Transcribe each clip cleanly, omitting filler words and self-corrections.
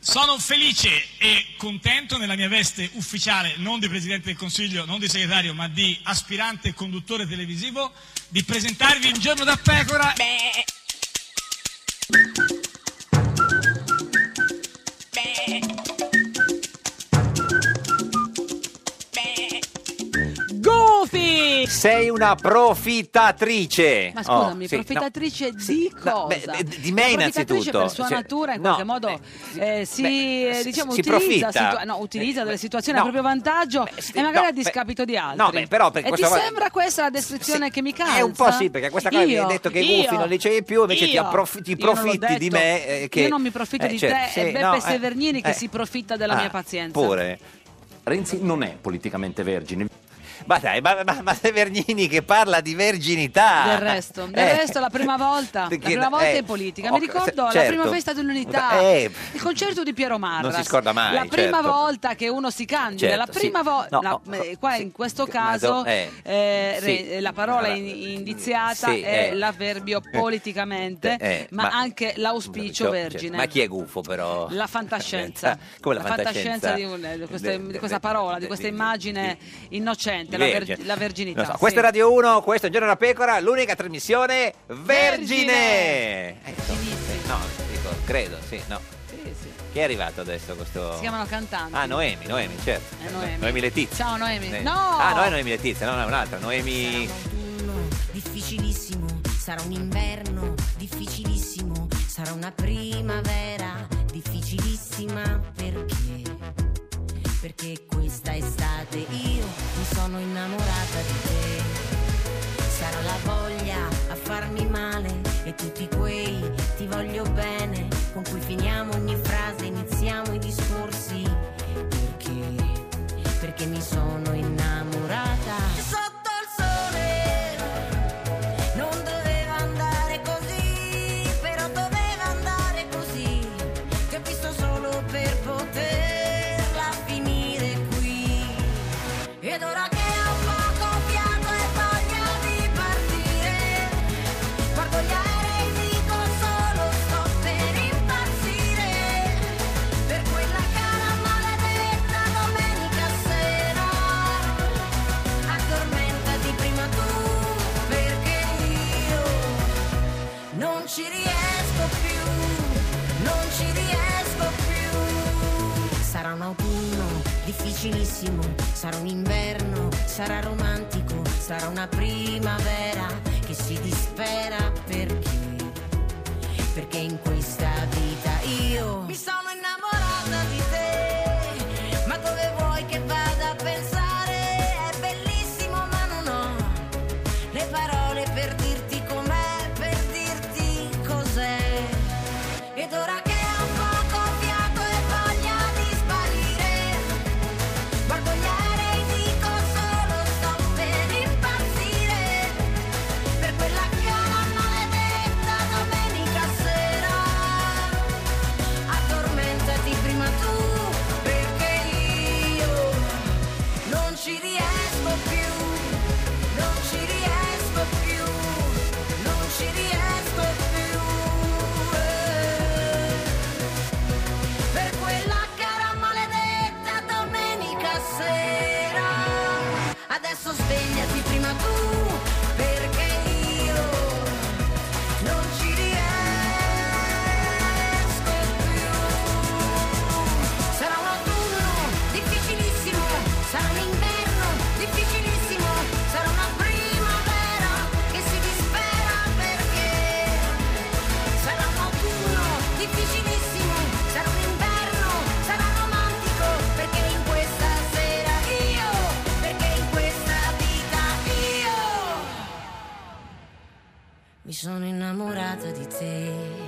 Sono felice e contento nella mia veste ufficiale, non di Presidente del Consiglio, non di segretario, ma di aspirante conduttore televisivo, di presentarvi Un giorno da pecora. Goofy! Sei una profittatrice. Ma scusami, Oh, sì, profittatrice no, di cosa? di me innanzitutto. Per sua natura, in qualche modo, utilizza delle situazioni a proprio vantaggio e magari a discapito di altri. Però per e ti sembra questa la descrizione che mi calza? È un po' sì, perché questa cosa mi hai detto che i gufi non li c'è più, invece ti profitti di me. Io non mi profitto di te, è Beppe Severnini che si profitta della mia pazienza. Pure. Renzi non è politicamente vergine. Ma dai, ma Severnini che parla di verginità. Del resto, la prima volta in politica. Mi ricordo la prima festa dell'unità, il concerto di Piero Marras. Non si scorda mai. La prima volta che uno si candida, la prima volta. Qua in questo caso la parola indiziata è l'avverbio politicamente, ma anche l'auspicio vergine. Ma chi è gufo però? La fantascienza. Come la fantascienza di questa parola, di questa immagine innocente. La verginità. So. Questa è Radio 1, questo è Un giorno da pecora, l'unica trasmissione vergine. No, dico, credo, sì, no. Sì. Chi è arrivato adesso questo? Si chiamano cantanti. Ah, Noemi, certo. Noemi Letizia. Ciao Noemi. No! Ah, no, è Noemi Letizia, no, è un'altra. Noemi. Sarà un autunno difficilissimo, sarà un inverno difficilissimo, sarà una primavera difficilissima perché questa estate io mi sono innamorata di te. Sarà la voglia a farmi male e tutti quei ti voglio bene con cui finiamo ogni frase, iniziamo i discorsi. Perché mi sono innamorata. Sotto il sole non doveva andare così, però doveva andare così. Ti ho visto solo per poterla finire qui. Ed ora che ho poco fiato e voglia di partire, guardo gli aerei e dico solo sto per impazzire per quella cara maledetta domenica sera. Addormentati prima tu, perché io non ci riesco più. Sarà un autunno difficilissimo, sarà un inverno, sarà romantico, sarà una primavera che si dispera perché in questa vita io mi sono innamorata di te. Ma dove vuoi che vada a pensare? È bellissimo ma non ho le parole per dirti com'è, per dirti cos'è. Ed ora che ho poco fiato e voglia di sparire, guardo gli aerei e dico solo sto per impazzire per quella cara maledetta domenica sera. Addormentati prima tu, perché io non ci riesco più. Per quella cara maledetta domenica sera. Adesso svegliati prima tu, perché io non ci riesco più. Sarà un autunno difficilissimo, sarà un inverno difficilissimo, sarà una primavera che si dispera perché sarà un autunno difficilissimo, sarà un inverno, sarà romantico, perché in questa sera io, perché in questa vita io mi sono innamorata di te.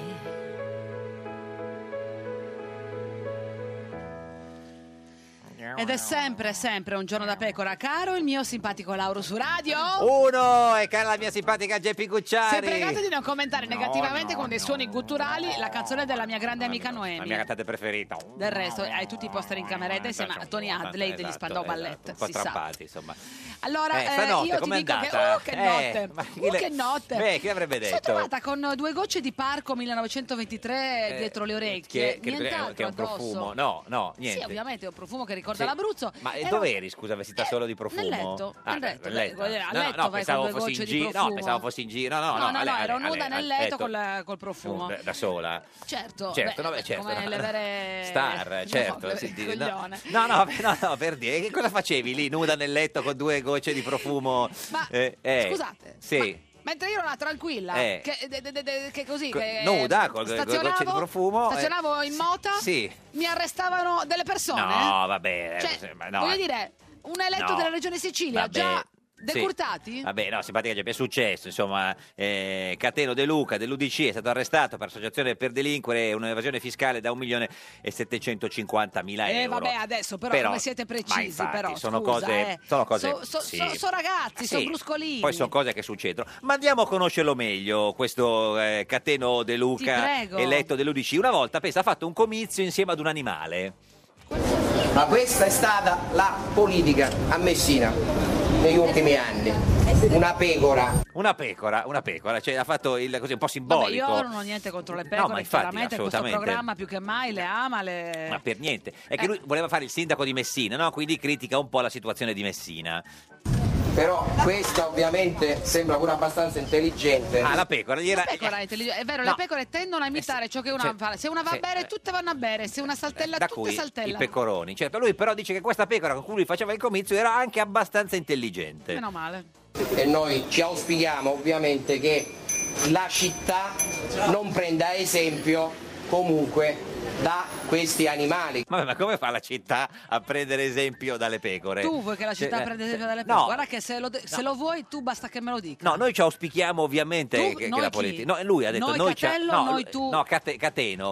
Ed è sempre un giorno da pecora, caro il mio simpatico Lauro su radio. Uno, e cara la mia simpatica Geppi Cucciari. Sei pregato di non commentare negativamente con dei suoni gutturali la canzone della mia grande amica Noemi. La mia cantante preferita. Del resto hai tutti i poster in cameretta insieme a Tony Hadley degli Spandau Ballet. Un po' si strappati, sa. insomma. Allora, stanotte io ti com'è dico andata? che notte. Che notte. Chi l'avrebbe detto? Sono trovata con 2 gocce di Parco 1923 dietro le orecchie. Che è un profumo. No, niente. Sì, ovviamente è un profumo che ricorda l'Abruzzo. Ma dove eri, scusa, vestita solo di profumo? Nel letto. A letto vai con 2 gocce di profumo. No, pensavo fossi in giro. No, ero nuda nel letto col profumo. Da sola. Certo. Come le vere star, certo. No, per dire, che cosa facevi lì, nuda nel letto con 2 gocce di profumo? Ma scusate. Sì. Mentre io ero tranquilla, che così, nuda, con 2 gocce di profumo. Stazionavo in mota, mi arrestavano delle persone. No, vabbè. Voglio dire, un eletto della regione Sicilia, già decurtati? Sì. Vabbè, no, simpatica, è successo, insomma, Cateno De Luca dell'UDC è stato arrestato per associazione per delinquere e un'evasione fiscale da 1.750.000 euro. Vabbè, adesso però come siete precisi, infatti, però sono cose sono ragazzi, sono bruscolini. Poi sono cose che succedono. Ma andiamo a conoscerlo meglio, questo Cateno De Luca, eletto dell'UDC. Una volta, ha fatto un comizio insieme ad un animale. Ma questa è stata la politica a Messina negli ultimi anni. Una pecora, cioè ha fatto così un po' simbolico. Vabbè, io non ho niente contro le pecore, ma infatti, chiaramente questo programma più che mai le ama. Ma per niente. È che lui voleva fare il sindaco di Messina, no? Quindi critica un po' la situazione di Messina. Però questa ovviamente sembra pure abbastanza intelligente. La pecora è intelligente. È vero, le pecore tendono a imitare ciò che una fa. Se una va a bere, tutte vanno a bere. Se una saltella, tutte saltellano. I pecoroni. Certo, lui però dice che questa pecora con cui lui faceva il comizio era anche abbastanza intelligente. Meno male. E noi ci auspichiamo ovviamente che la città non prenda esempio comunque da questi animali. Ma come fa la città a prendere esempio dalle pecore? Tu vuoi che la città prenda esempio dalle pecore? Guarda che se lo vuoi tu basta che me lo dica. No, noi ci auspichiamo ovviamente che la politica. No, lui ha detto noi Catello, noi tu. No, Cateno. No,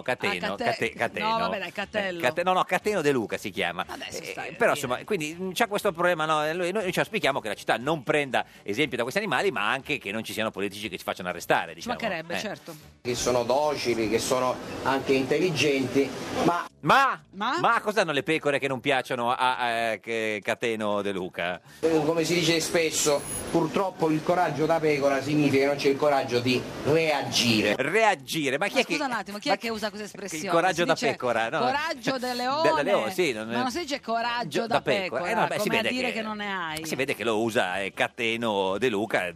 vabbè, dai, Catello. No, Cateno De Luca si chiama. Però insomma, quindi c'è questo problema, no? Noi ci auspichiamo che la città non prenda esempio da questi animali, ma anche che non ci siano politici che si facciano arrestare, diciamo. Ci mancherebbe, certo. Che sono docili, che sono anche intelligenti, ma cosa hanno le pecore che non piacciono a Cateno De Luca? Come si dice spesso, purtroppo il coraggio da pecora significa che non c'è il coraggio di reagire. Ma chi è scusa un attimo, chi è che usa questa espressione? Il coraggio da pecora, no? Coraggio del leone. Sì, non si dice coraggio da pecora, no, come si vede a dire che non ne hai. Si vede che lo usa Cateno De Luca.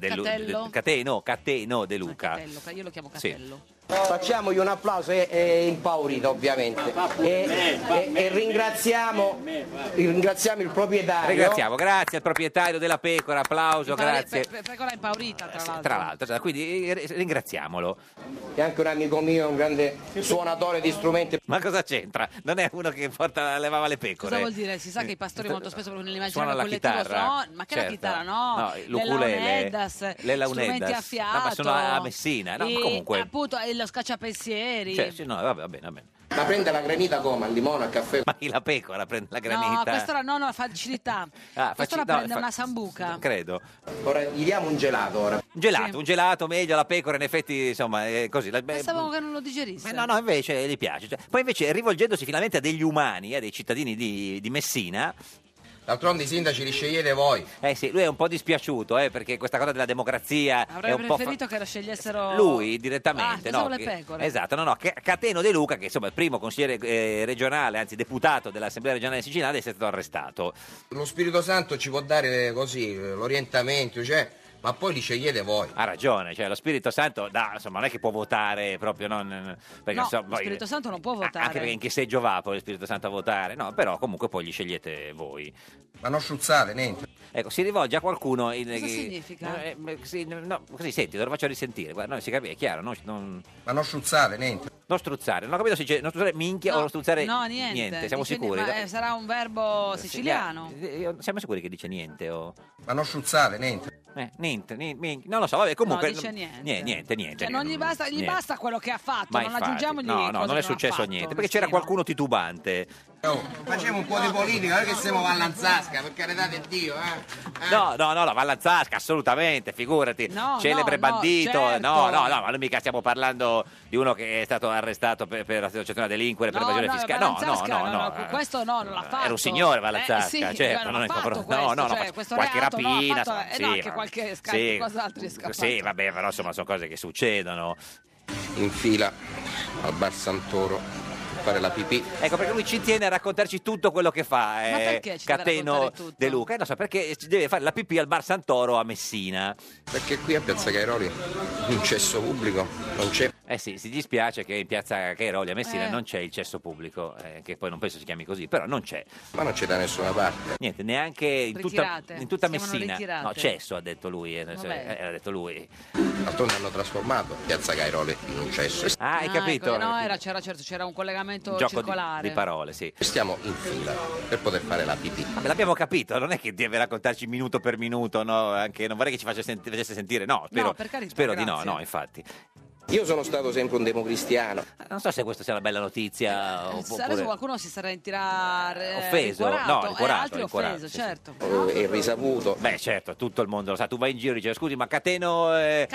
Cateno De Luca. Io lo chiamo Catello. Sì. Facciamogli un applauso, è impaurito ovviamente e ringraziamo il proprietario. Grazie al proprietario della pecora, applauso, grazie. Pecora impaurita tra l'altro, quindi ringraziamolo. È anche un amico mio, un grande suonatore di strumenti. Ma cosa c'entra? Non è uno che levava le pecore. Cosa vuol dire? Si sa che i pastori molto spesso nell'immaginario collettivo ma che la chitarra? No, l'ukulele, strumenti a fiato. Ma sono a Messina, no? Ma comunque appunto lo scacciapensieri. Va bene. Ma prende la granita come? Al limone, al caffè? Ma chi la pecora prende la granita? No, questa la facilità. Questa la prende una sambuca. Credo. Ora gli diamo un gelato ora. Un gelato meglio, la pecora in effetti insomma è così. Pensavo che non lo digerisse. No, invece gli piace. Poi invece rivolgendosi finalmente a degli umani, dei cittadini di Messina. D'altronde i sindaci li scegliete voi. Sì, lui è un po' dispiaciuto perché questa cosa della democrazia avrebbe preferito che lo scegliessero lui direttamente, le pecore. Esatto, Cateno De Luca, che insomma è il primo consigliere regionale, anzi deputato dell'Assemblea regionale siciliana, è stato arrestato. Lo Spirito Santo ci può dare così l'orientamento, ma poi li scegliete voi. Ha ragione, lo Spirito Santo non è che può votare proprio, perché lo Spirito Santo non può votare. Anche perché in che seggio va poi lo Spirito Santo a votare? No, però comunque poi li scegliete voi. Ma non struzzate, niente. Ecco, si rivolge a qualcuno. Cosa significa? Così senti, te lo faccio risentire. Guarda, si capisce, è chiaro. Ma non struzzate, niente. Non struzzare, non ho capito se dice non struzzare minchia o struzzare niente. Siamo sicuri? Ma sarà un verbo siciliano. Siamo sicuri che dice niente o... Ma non struzzate, niente. Niente, non lo so, vabbè, comunque no, dice niente. Niente. Non gli basta quello che ha fatto, ma non infatti, aggiungiamogli no, non è successo niente, perché c'era qualcuno titubante. Facciamo un po' di politica, non è che siamo Vallanzasca, per carità di Dio, No, la Vallanzasca, assolutamente, figurati. Celebre bandito. certo. No, ma noi mica stiamo parlando di uno che è stato arrestato per associazione a delinquere, per evasione fiscale. No. Questo non l'ha fatto. Era un signore Vallanzasca, sì, certo. non Non ha fatto questo qualche reato, rapina. anche qualche qualcos'altro è scappato. Sì, vabbè, però insomma sono cose che succedono. In fila al Bar Santoro fare la pipì. Ecco, perché lui ci tiene a raccontarci tutto quello che fa. Ma perché ci deve Cateno raccontare tutto? De Luca? Non so, perché deve fare la pipì al Bar Santoro a Messina. Perché qui a Piazza Cairoli un cesso pubblico non c'è. Sì, si dispiace che in Piazza Cairoli a Messina non c'è il cesso pubblico, che poi non penso si chiami così, però non c'è. Ma non c'è da nessuna parte. Niente, neanche in tutta Messina. Ritirate. No, cesso, ha detto lui. Ha detto lui. D'altronde hanno trasformato Piazza Cairoli in un cesso. Hai capito? Ecco, no, c'era un collegamento circolare. Di parole, sì. Stiamo in fila per poter fare la pipì. Vabbè, l'abbiamo capito, non è che deve raccontarci minuto per minuto, no? Anche non vorrei che ci facesse sentire, no, per carità, spero di grazie. no, infatti. Io sono stato sempre un democristiano. Non so se questa sia una bella notizia Adesso qualcuno si sarà offeso, altri rincuorato, offeso, sì, certo. È risaputo. Beh, certo, tutto il mondo lo sa. Tu vai in giro e dici, scusi, ma Cateno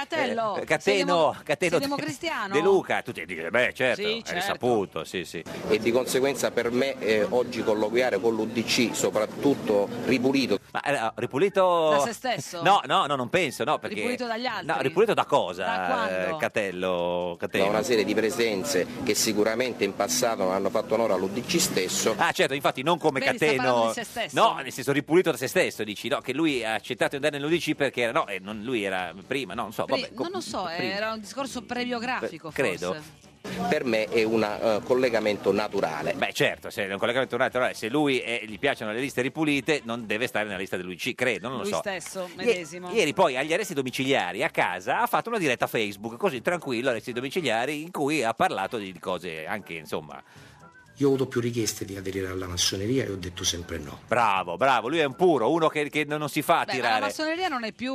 sei democristiano? De Luca, tu ti dici, beh, certo, Sì, è certo. risaputo, sì. E di conseguenza per me oggi colloquiare con l'UDC, soprattutto ripulito. Ma ripulito da se stesso? No, non penso, no, perché Ripulito dagli altri? No, ripulito da cosa? Da quando? Cateno. Da una serie di presenze che sicuramente in passato non hanno fatto onore all'UDC stesso. Ah, certo, infatti non come Vedi, sta Cateno. parlando di se stesso. No, nel senso ripulito da se stesso, dici, no, che lui ha accettato di andare nell'UDC perché lui era prima, no, non so, vabbè. Non lo so, prima. era un discorso previografico, credo. forse. Per me è un collegamento naturale. Beh, certo, se è un collegamento naturale, se lui gli piacciono le liste ripulite, non deve stare nella lista dell'UDC, credo, non lo Lui so. stesso, medesimo. Ieri poi agli arresti domiciliari a casa ha fatto una diretta Facebook, così tranquillo, arresti domiciliari, in cui ha parlato di cose anche, insomma. Io ho avuto più richieste di aderire alla massoneria e ho detto sempre no. Bravo, lui è un puro, uno che non si fa tirare. Ma la massoneria non è più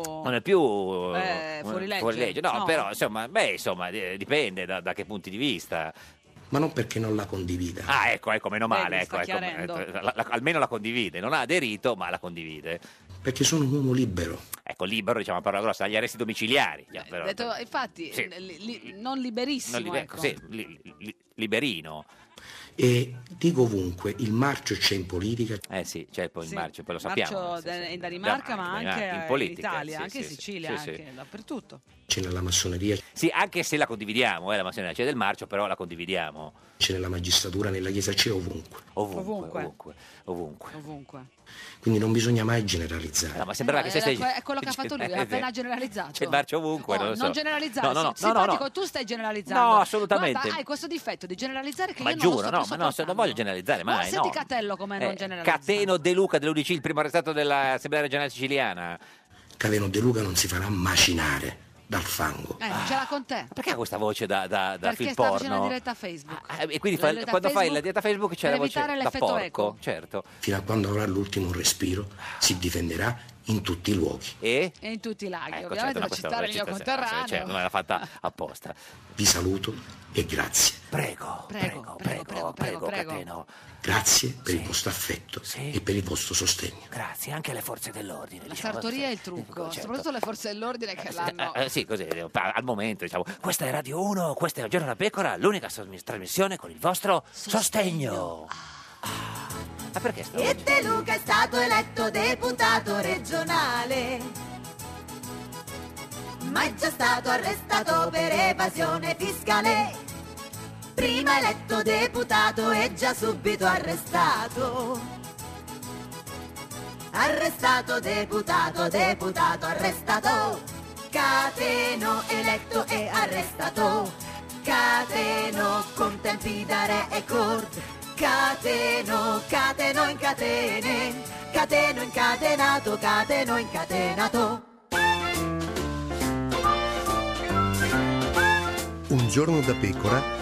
fuori legge. No, però insomma, dipende da che punti di vista. Ma non perché non la condivida. Ah, ecco, meno male, almeno la condivide, non ha aderito, ma la condivide. Perché sono un uomo libero. Ecco, libero, diciamo a parola grossa, agli arresti domiciliari. Infatti, sì. non liberissimo. Liberino. E dico ovunque, il marcio c'è in politica. Sì, c'è poi il marcio, poi lo sappiamo. Il marcio in Danimarca, ma anche in politica, in Italia, sì, anche in Sicilia, anche dappertutto. C'è nella massoneria. Sì, anche se la condividiamo, la massoneria c'è del marcio, però la condividiamo. C'è nella magistratura, nella chiesa, c'è ovunque. Ovunque. Quindi non bisogna mai generalizzare. No, ma sembrava che stai... È quello che ha fatto lui, ha appena generalizzato. C'è il marcio ovunque, non lo so. Non generalizzare, no, simpatico, tu stai generalizzando. No, assolutamente. Guarda, hai questo difetto di generalizzare che ma io giuro, non lo sto non voglio generalizzare mai. Senti Catello come non generalizza. Cateno De Luca dell'UDC, il primo arrestato dell'Assemblea regionale siciliana. Cateno De Luca non si farà macinare dal fango. Ce l'ha con te. Perché ha questa voce da film porno? Perché sta facendo una diretta a Facebook. E quindi quando fai la diretta a Facebook c'è la voce da porco, eco. certo. Fino a quando avrà l'ultimo respiro si difenderà in tutti i luoghi. E in tutti i laghi, ovviamente per citare il mio conterraneo. Certo, non l'ha fatta apposta. Vi saluto e grazie. Prego, Cateno. Grazie per il vostro affetto e per il vostro sostegno. Grazie, anche alle forze dell'ordine. La sartoria è il trucco, soprattutto le forze dell'ordine che l'hanno... Sì, così, al momento, diciamo. Questa è Radio 1, questa è Un Giorno da Pecora, l'unica trasmissione con il vostro sostegno. Ma perché sta? E De Luca è stato eletto deputato regionale, ma è già stato arrestato per evasione fiscale. Prima eletto deputato e già subito arrestato. Arrestato, deputato, arrestato. Cateno eletto e arrestato. Cateno con tempi da record. Cateno in catene. Cateno incatenato, Cateno incatenato. Un Giorno da Pecora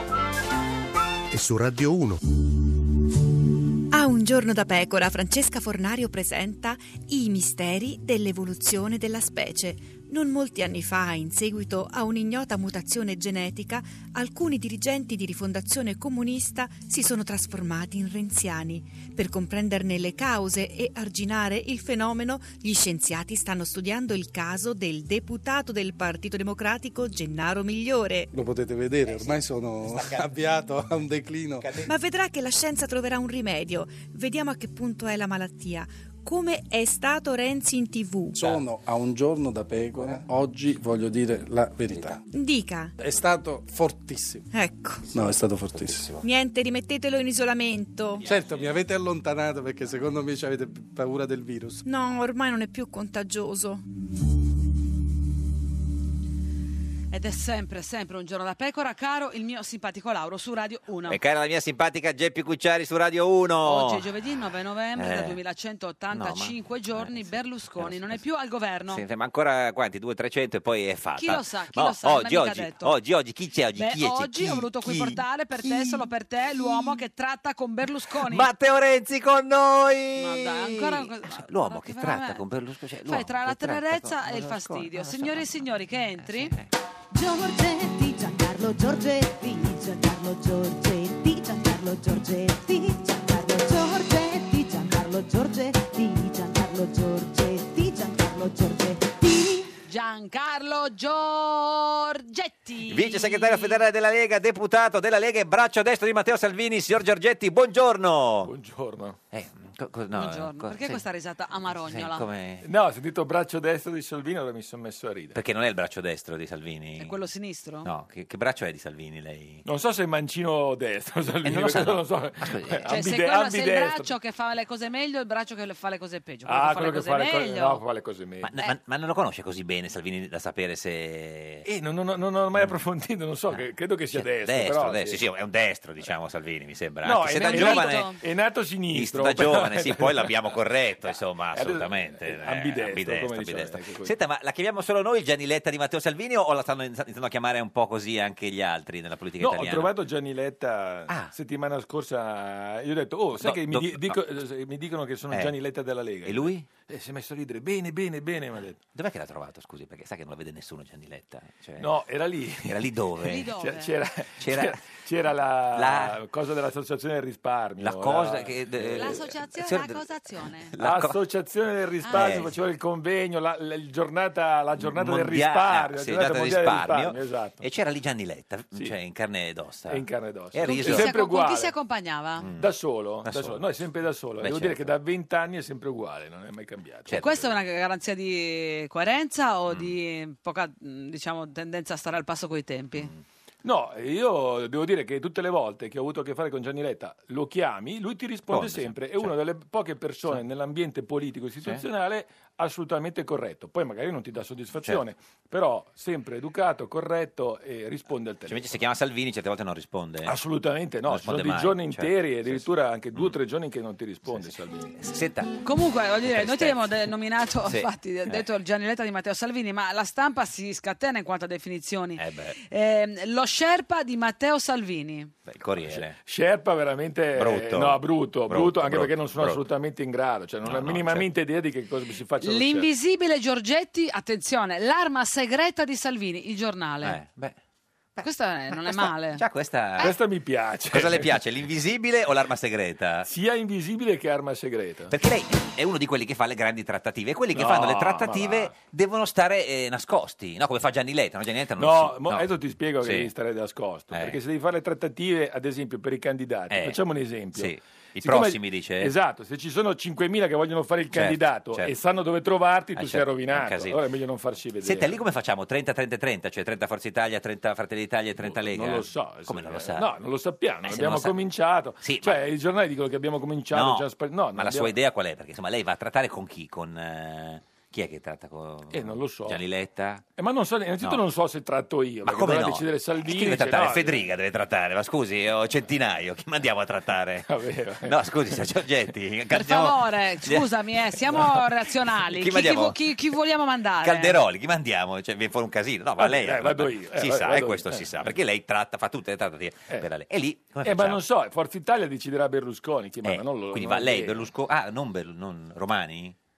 e su Radio 1. A Un Giorno da Pecora, Francesca Fornario presenta I misteri dell'evoluzione della specie, Non molti anni fa, in seguito a un'ignota mutazione genetica, alcuni dirigenti di Rifondazione Comunista si sono trasformati in renziani. Per comprenderne le cause e arginare il fenomeno, gli scienziati stanno studiando il caso del deputato del Partito Democratico Gennaro Migliore. Lo potete vedere, ormai sono avviato a un declino. Ma vedrà che la scienza troverà un rimedio. Vediamo a che punto è la malattia. Come è stato Renzi in TV? Sono a un giorno da pecora, oggi voglio dire la verità. Dica. È stato fortissimo. Ecco. No, è stato fortissimo. Niente, rimettetelo in isolamento. Certo, mi avete allontanato perché secondo me avete paura del virus. No, ormai non è più contagioso. Ed è sempre un giorno da pecora, caro il mio simpatico Lauro su Radio 1. E cara la mia simpatica Geppi Cucciari su Radio 1. Oggi è giovedì 9 novembre, da 2185 giorni Berlusconi non è più al governo. Sì, ma ancora quanti? 200-300 e poi è fatta. Chi lo sa, Oggi, chi c'è oggi? Chi è? Oggi ho voluto qui portare per te, solo per te, l'uomo che tratta con Berlusconi. Matteo Renzi con noi! No, dai, ancora l'uomo che tratta con Berlusconi. Fai tra la tenerezza e il fastidio. Signore e signori, che entri? Giorgetti, Giancarlo Giorgetti, Giancarlo Giorgetti, Giancarlo Giorgetti, Giancarlo Giorgetti, Giancarlo Giorgetti, Giancarlo Giorgetti, Giancarlo Giorgetti. Giancarlo Giorgetti, vice segretario federale della Lega, deputato della Lega e braccio destro di Matteo Salvini. Signor Giorgetti, buongiorno. Buongiorno. Buongiorno. Perché questa risata amarognola? No, ho sentito braccio destro di Salvini, allora mi sono messo a ridere. Perché non è il braccio destro di Salvini? È quello sinistro? No, che braccio è di Salvini lei? Non so se è mancino destro Salvini, non lo so, non so. Cioè, se è il braccio che fa le cose meglio o il braccio che fa le cose peggio? Quello che fa le cose meglio. Ma non lo conosce così bene Salvini da sapere se... Non ho mai approfondito, non so, credo che sia destro. Sì, è un destro, diciamo, Salvini, mi sembra. No, anche se da giovane... È nato sinistro. Da giovane, sì, poi l'abbiamo corretto, insomma, assolutamente. Ambidestro. Senta, ma la chiamiamo solo noi il Gianni Letta di Matteo Salvini o la stanno iniziando a chiamare un po' così anche gli altri nella politica italiana? Ho trovato Gianni Letta settimana scorsa, io ho detto, sai mi dicono che sono Gianni Letta della Lega. E lui? Si è messo a ridere, bene, mi ha detto. Dov'è che l'ha trovato, scusi? Perché sa che non lo vede nessuno Gianni Letta. No, era lì. Era lì dove? C'era la cosa dell'associazione del risparmio. L'associazione del risparmio faceva il convegno, la giornata del risparmio, giornata del risparmio, esatto. E c'era lì Gianni Letta, cioè in carne ed ossa. E sempre uguale. Con chi si accompagnava? Da solo. No, è sempre da solo. Devo dire che da 20 anni è sempre uguale, non è mai cambiato. E questa è una garanzia di coerenza o di poca, diciamo, tendenza a stare al passo coi tempi? No, io devo dire che tutte le volte che ho avuto a che fare con Gianni Letta lo chiami, lui ti risponde sempre, è una delle poche persone nell'ambiente politico istituzionale assolutamente corretto. Poi magari non ti dà soddisfazione, però sempre educato, corretto e risponde al telefono. Invece se chiama Salvini certe volte non risponde. Assolutamente no, ci sono dei giorni interi, addirittura anche 2 o 3 giorni che non ti risponde Salvini. Senta. Comunque, voglio dire, noi ti abbiamo nominato, infatti, detto il Gianni Letta di Matteo Salvini, ma la stampa si scatena in quanto a definizioni. Lo Sherpa di Matteo Salvini. Il Corriere. Sherpa veramente brutto, anche perché non sono assolutamente in grado, cioè non ho minimamente idea di che cosa si faccia. L'invisibile Giorgetti, attenzione, l'arma segreta di Salvini, il giornale. Questa non è male. Questa mi piace. Cosa le piace, l'invisibile o l'arma segreta? Sia invisibile che arma segreta. Perché lei è uno di quelli che fa le grandi trattative e quelli che fanno le trattative devono stare nascosti, no? Come fa Gianni Letta. Gianni Letta adesso ti spiego che devi stare nascosto, perché se devi fare le trattative, ad esempio per i candidati, facciamo un esempio. Prossimi, dice? Esatto, se ci sono 5.000 che vogliono fare il candidato e sanno dove trovarti, tu sei rovinato. Allora è meglio non farsi vedere. Senta, lì come facciamo? 30-30-30, cioè 30 Forza Italia, 30 Fratelli d'Italia e 30 Lega? Non lo so. Come non lo sa? No, non lo sappiamo, abbiamo cominciato. I giornali dicono che abbiamo cominciato. Ma la sua idea qual è? Perché insomma lei va a trattare con chi? Chi è che tratta con non lo so. Gianni Letta? Ma non so, innanzitutto non so se tratto io, ma come dovrà decidere Salvini. Chi deve trattare? Federica deve trattare, ma scusi, ho Centinaio, chi mandiamo a trattare? No, scusi, Giorgetti. Per favore, scusami, siamo razionali. Chi vogliamo mandare? Calderoli, chi mandiamo? Cioè, viene fuori un casino. No, ma lei vado io. Si sa, perché lei fa tutte le trattative per la Lega. E lì come ma non so, Forza Italia deciderà Berlusconi, quindi va lei, Berlusconi. Non Romani?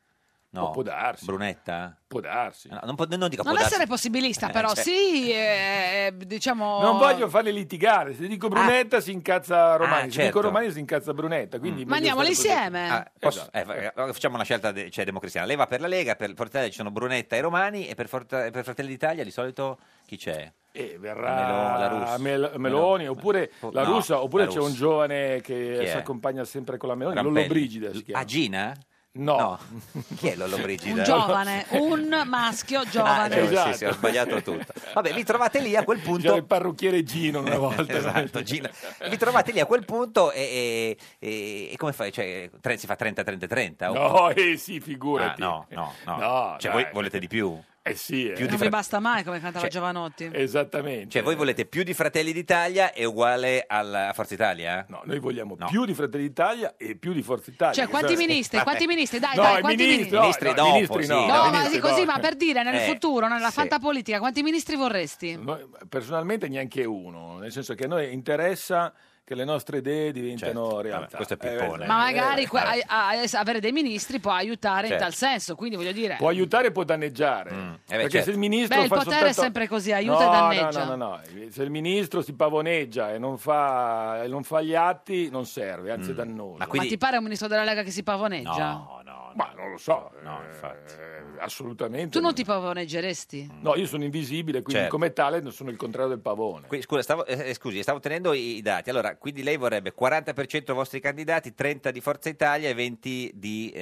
No. Può darsi. Brunetta? Può darsi. No, non dico Non può essere darsi. possibilista, però cioè- sì, diciamo... Non voglio farli litigare. Se dico Brunetta si incazza Romani, se certo. dico Romani si incazza Brunetta. Quindi meglio Mandiamoli stare così. insieme. Facciamo una scelta democristiana. Lei va per la Lega, per Forza Italia ci sono Brunetta e Romani, e per Fratelli d'Italia di solito chi c'è? Verrà La Russa. Meloni, oppure la No, Russa, oppure la c'è un Russa. giovane Chi che è? si accompagna sempre con la Meloni, Rampelli. Lollobrigida si chiama. Gina? No. Chi è Lollobrigida? Un giovane, un maschio giovane. Sì, sì, ho sbagliato tutto. Vabbè, vi trovate lì a quel punto. C'era il parrucchiere Gino una volta. Esatto, Gina. Vi trovate lì a quel punto e come fai? Cioè, si fa 30-30-30? No, sì, figurati. No. No, Cioè, dai. voi volete di più? Sì. Più di Non mi basta mai, come cantava Cioè, Giovanotti. Esattamente. Cioè, voi volete più di Fratelli d'Italia e uguale a Forza Italia? No, noi vogliamo più di Fratelli d'Italia e più di Forza Italia. Cioè, quanti ministri? Quanti ministri? Dai, No, dai, i quanti ministri, ministri? Ministri dopo, ministri sì, no. No, ma ministri così, no. ma per dire, nel futuro, nella sì. fantapolitica, quanti ministri vorresti? Noi, personalmente neanche uno, nel senso che a noi interessa che le nostre idee diventano realtà. questo è Pippone. Ma magari avere dei ministri può aiutare in Certo. tal senso, quindi voglio dire... Può aiutare e può danneggiare. Perché certo. se il ministro il fa potere soltanto... è sempre così, aiuta e danneggia. No. Se il ministro si pavoneggia e non fa gli atti, non serve, anzi è dannoso. Ma ti pare un ministro della Lega che si pavoneggia? Ma non lo so. Assolutamente. Tu non ti pavoneggeresti? No, io sono invisibile, quindi Certo. come tale non sono il contrario del pavone. Scusa, stavo tenendo i dati. Allora, quindi lei vorrebbe 40% vostri candidati, 30 di Forza Italia e 20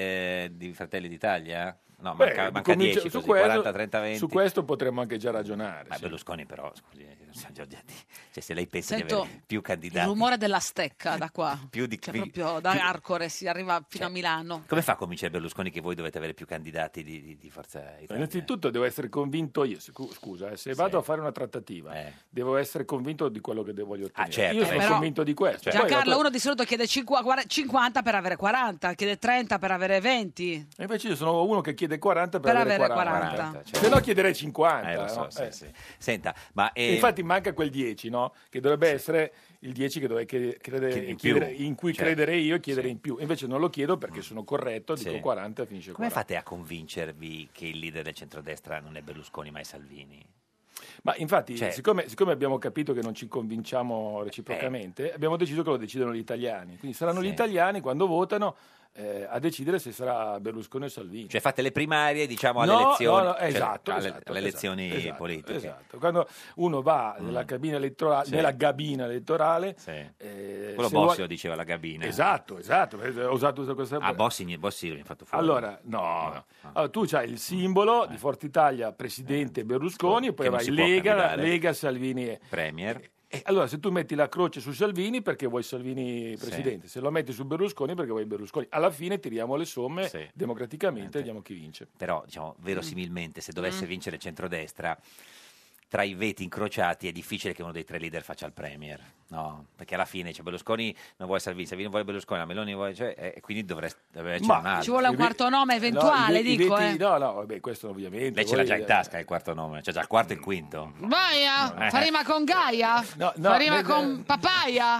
di Fratelli d'Italia? No, manca 10, su così, questo, 40, 30, 20. Su questo potremmo anche già ragionare. sì. Berlusconi però, scusi, San Giorgetti, cioè, se lei pensa Sento di avere più Il candidati... rumore della stecca da qua. Più di- Cioè, più- proprio da Arcore si arriva fino a Milano. Come fa a convincere Berlusconi che voi dovete avere più candidati di Forza Italia? Innanzitutto devo essere convinto io, scusa, se vado a fare una trattativa devo essere convinto di quello che voglio ottenere. certo, io sono però- convinto di questo. Poi Giancarlo, dopo- uno di solito chiede 50 per avere 40, chiede 30 per avere 20. E invece io sono uno che chiede 40 per, Per avere avere 40. 40. Se no chiederei 50. Lo so, no? sì. Senta, ma... E infatti manca quel 10, no? Che dovrebbe essere il 10 che dovrei in cui Certo. credere io e chiedere in più. Invece non lo chiedo perché sono corretto, dico Sì. 40 e finisce Come 40. fate a convincervi che il leader del centrodestra non è Berlusconi ma è Salvini? Ma infatti, Cioè- siccome abbiamo capito che non ci convinciamo reciprocamente, abbiamo deciso che lo decidono gli italiani. Quindi saranno gli italiani, quando votano, a decidere se sarà Berlusconi o Salvini. Cioè fate le primarie, diciamo, alle No, elezioni, no, cioè, esatto, alle esatto, elezioni esatto, politiche. esatto. Quando uno va nella cabina elettorale, Sì. nella gabina elettorale, Quello se Bossi vuoi- lo diceva, la gabina. Esatto, ho usato questa. Bossi mi ha fatto fuori. Allora, no. Allora, tu c'hai il simbolo di Forza Italia, presidente Berlusconi, e poi Che non vai si può candidare. Lega, Salvini e Premier. E allora, se tu metti la croce su Salvini perché vuoi Salvini presidente, se lo metti su Berlusconi perché vuoi Berlusconi, alla fine tiriamo le somme democraticamente e vediamo chi vince. Però, diciamo, verosimilmente, se dovesse vincere il centrodestra, tra i veti incrociati è difficile che uno dei tre leader faccia il Premier, no? Perché alla fine Berlusconi non vuole Salvini, Salvini vuole Berlusconi, la Meloni vuole... e quindi dovrebbe essere un altro. Ci vuole un quarto nome eventuale, dico. No, vabbè, questo ovviamente. Lei ce l'ha già in tasca il quarto nome, c'è già il quarto e il quinto. Gaia? Fa rima con Gaia? No, Fa rima con Papaya?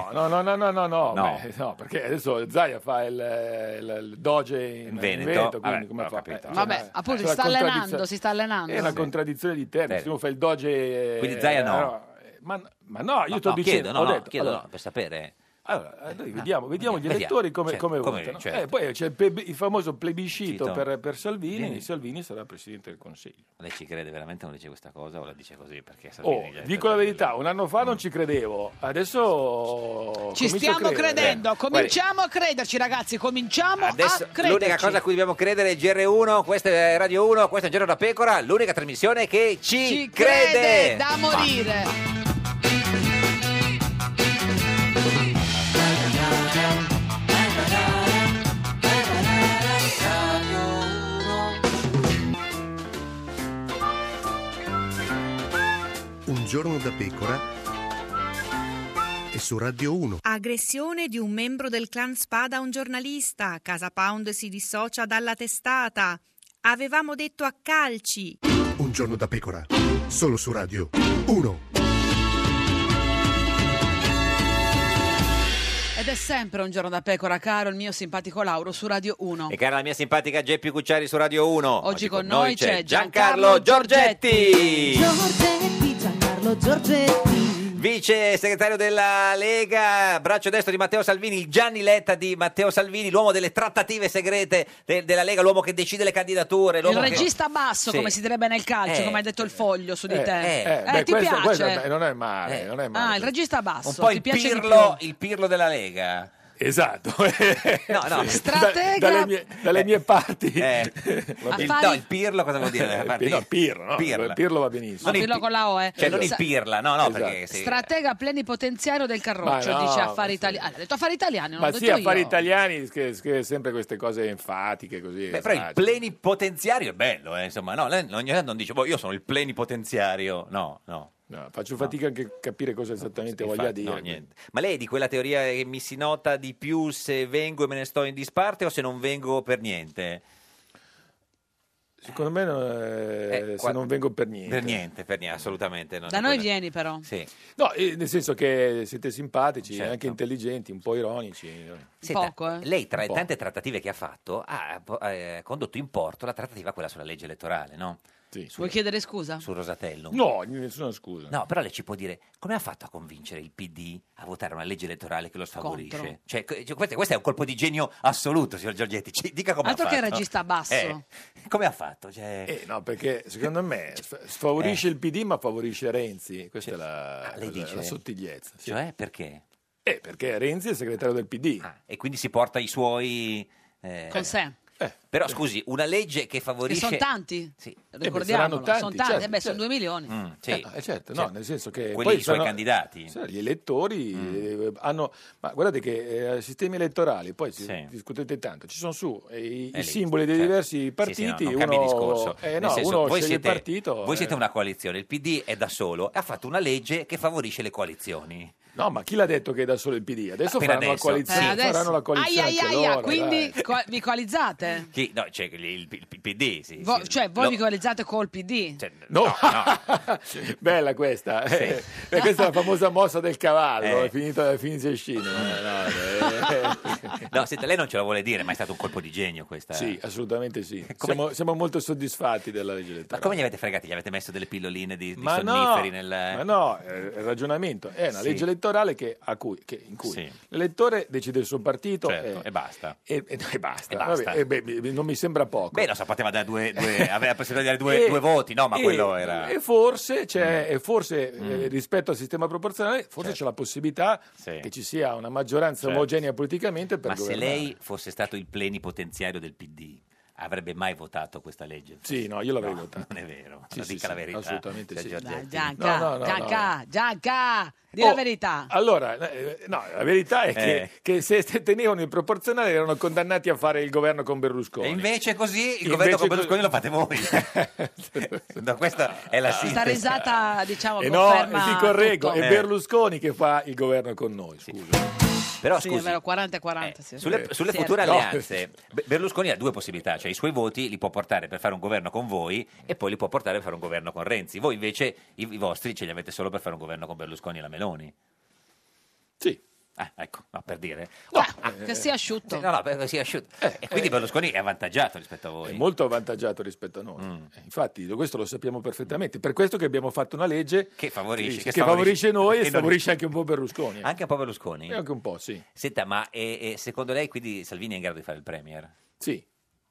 No, perché adesso Zaia fa il doge in Veneto, quindi come fa? Vabbè, appunto, C'è si sta allenando. È una contraddizione di termini, se uno fa il doge... Quindi Zaia no. Ma no, io sto dicendo... Chiedo per sapere... Allora, noi vediamo gli elettori come votano. certo. Poi c'è il famoso plebiscito per Salvini, e Salvini sarà Presidente del Consiglio. Lei ci crede veramente quando dice questa cosa o la dice così? Perché Salvini Dico la verità, un anno fa non ci credevo, adesso Ci stiamo credendo, cominciamo a crederci ragazzi, cominciamo a crederci. L'unica cosa a cui dobbiamo credere è GR1, questa è Radio 1, questo è Giorno da Pecora, l'unica trasmissione che ci crede da morire. Un giorno da pecora e su Radio 1. Aggressione di un membro del clan Spada a un giornalista. Casa Pound si dissocia dalla testata. Avevamo detto a calci. Un giorno da pecora, solo su Radio 1. Ed è sempre un giorno da pecora, caro il mio simpatico Lauro su Radio 1. E cara la mia simpatica Geppi Cucciari su Radio 1. Oggi con noi c'è Giancarlo Giorgetti. Giancarlo Giorgetti. Vice segretario della Lega, braccio destro di Matteo Salvini, il Gianni Letta di Matteo Salvini, l'uomo delle trattative segrete della Lega, l'uomo che decide le candidature. Il regista basso, Sì. come si direbbe nel calcio, come ha detto il Foglio su di te. Beh, ti questo piace? non è male, non è male. Il regista basso, Un po' ti piace di il Pirlo della Lega. Esatto. No. Stratega. Dalle mie parti. Il Pirlo cosa vuol dire? Pirlo va benissimo. Pirlo con la O, Cioè non il Pirla, no, Esatto. perché Stratega plenipotenziario del Carroccio, Ma no. dice Affari Italiani. Ha detto Affari Italiani, non Ma l'ho sì, detto affari io. italiani scrive sempre queste cose enfatiche così. Beh, però il plenipotenziario è bello, insomma, no, lei ogni tanto non dice, io sono il plenipotenziario, no. No, faccio fatica anche a capire cosa esattamente voglia Infatti, dire. no, niente. Ma lei è di quella teoria che mi si nota di più se vengo e me ne sto in disparte o se non vengo per niente? Secondo me se non vengo per niente. Per niente, assolutamente. Non Da è noi quella- vieni però. Sì. No, nel senso che siete simpatici, Certo. anche intelligenti, un po' ironici. Senta, Poco, lei tra Un le po'. tante trattative che ha fatto ha condotto in porto la trattativa quella sulla legge elettorale, no? Sì. Vuoi chiedere scusa? Sul Rosatellum. No, nessuna scusa. No, però lei ci può dire come ha fatto a convincere il PD a votare una legge elettorale che lo sfavorisce? Contro. Cioè, questo è un colpo di genio assoluto, signor Giorgetti. Dica come Altro ha che fatto. regista basso. Come ha fatto? Cioè... No, perché secondo me sfavorisce il PD ma favorisce Renzi. Questa è lei dice? la sottigliezza. Sì. Cioè, perché? Perché Renzi è il segretario del PD. E quindi si porta i suoi... Con sé. Però scusi, una legge che Che favorisce... sono tanti, Sì. ricordiamolo, saranno sono tanti, tanti, certo, sono 2 milioni. Sì. Certo, Cioè, no, nel senso che quelli poi i suoi sono- candidati. sì, gli elettori hanno, ma guardate che sistemi elettorali, poi discutete tanto, ci sono su i lì, simboli dei certo. diversi partiti, non cambi uno, discorso. Nel no, senso, uno voi sceglie siete, il partito. voi siete una coalizione, il PD è da solo e ha fatto una legge che favorisce le coalizioni. No, ma chi l'ha detto che è da solo il PD? Adesso Appena faranno la adesso. coalizione, Adesso. faranno la coalizione anche loro, Quindi dai. vi coalizzate? Chi? No, cioè il PD, sì. Cioè voi vi coalizzate col PD? No. Bella questa. Questa è la famosa mossa del cavallo, è finita scena. No, senta, lei non ce la vuole dire, ma è stato un colpo di genio questa. Sì, assolutamente sì. Come- Siamo molto soddisfatti della legge Ma elettorale. come gli avete fregati? Gli avete messo delle pilloline di Ma sonniferi no, nel... ma no, il ragionamento è una Sì. legge elettorale in cui Sì. l'elettore decide il suo partito Certo, e basta. e basta. E basta. Vabbè, non mi sembra poco. Beh, non so, poteva dare aveva la possibilità di dare due voti, no, ma quello era... E forse, rispetto al sistema proporzionale, forse c'è la possibilità che ci sia una maggioranza Certo. omogenea politicamente per Ma se governare. lei fosse stato il plenipotenziario del PD, avrebbe mai votato questa legge? Sì, no, io l'avrei votato. Non è vero, Sì, lo sì, dica la sì, verità. assolutamente signor sì. Giorgetti. Gianca, No. Gianca, di la verità. Allora, no, la verità è che se tenevano il proporzionale erano condannati a fare il governo con Berlusconi. E invece così il Invece governo con co- Berlusconi lo fate voi. No, questa è la sintesi. Sta risata, diciamo, E no, conferma ti correggo, tutto. è Berlusconi che fa il governo con noi, scusa. Però Sì, scusi, è vero, 40 e 40. sì. sulle Sì. future No. alleanze, Berlusconi ha due possibilità, cioè i suoi voti li può portare per fare un governo con voi e poi li può portare per fare un governo con Renzi. Voi invece i vostri ce li avete solo per fare un governo con Berlusconi e la Meloni. Sì. Ecco, no, per dire. Che sia asciutto. No, perché sia asciutto. E quindi Berlusconi è avvantaggiato rispetto a voi. È molto avvantaggiato rispetto a noi. Infatti, questo lo sappiamo perfettamente. Per questo che abbiamo fatto una legge Che favorisce, che favorisce noi e non- favorisce anche un po' Berlusconi. Anche un po' Berlusconi? E anche un po', sì. Senta, ma secondo lei quindi Salvini è in grado di fare il premier? Sì.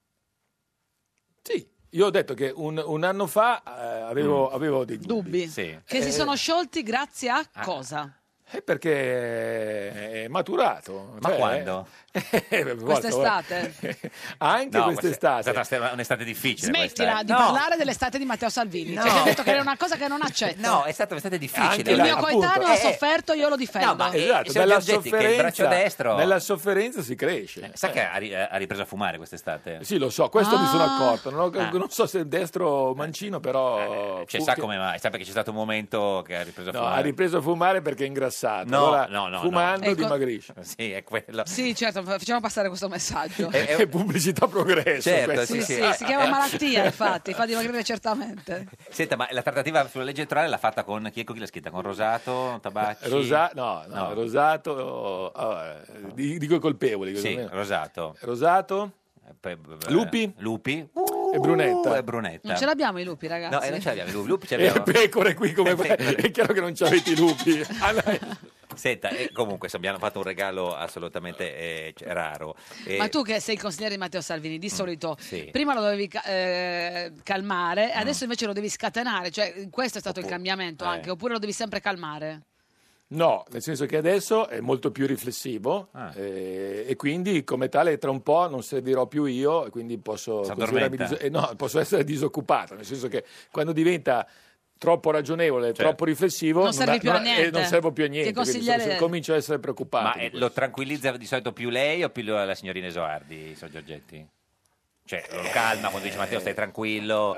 Sì. Io ho detto che un anno fa avevo dei dubbi. Sì. Che si sono sciolti grazie a cosa? Perché è maturato. Ma quando? Quest'estate? Anche No, quest'estate. È stata un'estate difficile. Smettila questa. di No. parlare dell'estate di Matteo Salvini. No. Cioè, ha detto che è una cosa che non accetta. No, è stata un'estate difficile. Il mio appunto. coetaneo ha sofferto, io lo difendo. No, ma Esatto, signor dalla Giorgetti, che è il braccio destro. nella sofferenza si cresce. Sa che ha ripreso a fumare quest'estate? Sì, lo so, questo mi sono accorto. Non, Ah. non so se è destro o mancino, però. Cioè, sa come mai? Sa perché c'è stato un momento che ha ripreso a No, fumare? ha ripreso a fumare perché è ingrassato. passato. No, Allora, no, fumando Ecco. dimagrisce. Sì, è quello. Sì, certo, facciamo passare questo messaggio. È pubblicità progresso. Certo, questo. Sì, sì, si chiama malattia, infatti, fa dimagrire certamente. Senta, ma la trattativa sulla legge elettorale l'ha fatta con chi l'ha scritta? Con Rosato, Tabacci? No, Rosato, dico i colpevoli. Sì, così. Rosato. Lupi? Lupi. E Brunetta. E Brunetta. Non ce l'abbiamo i lupi, ragazzi. No, non ce l'abbiamo i lupi, ce E l'abbiamo. pecore qui come è chiaro che non c'avete i lupi. Senta, comunque abbiamo fatto un regalo assolutamente raro. Ma tu che sei il consigliere di Matteo Salvini, di solito sì. prima lo dovevi calmare, adesso invece lo devi scatenare, cioè questo è stato il cambiamento anche, oppure lo devi sempre calmare? No, nel senso che adesso è molto più riflessivo e quindi come tale tra un po' non servirò più io e quindi posso, posso essere disoccupato, nel senso che quando diventa troppo ragionevole, troppo riflessivo, non servi più a niente. Non servo più a niente, Che consigliere... comincio a essere preoccupato. Ma lo tranquillizza di solito più lei o più la signorina Esoardi, Sor Giorgetti? Cioè, lo calma quando dice Matteo stai tranquillo?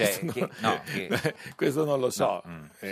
Questo non lo so.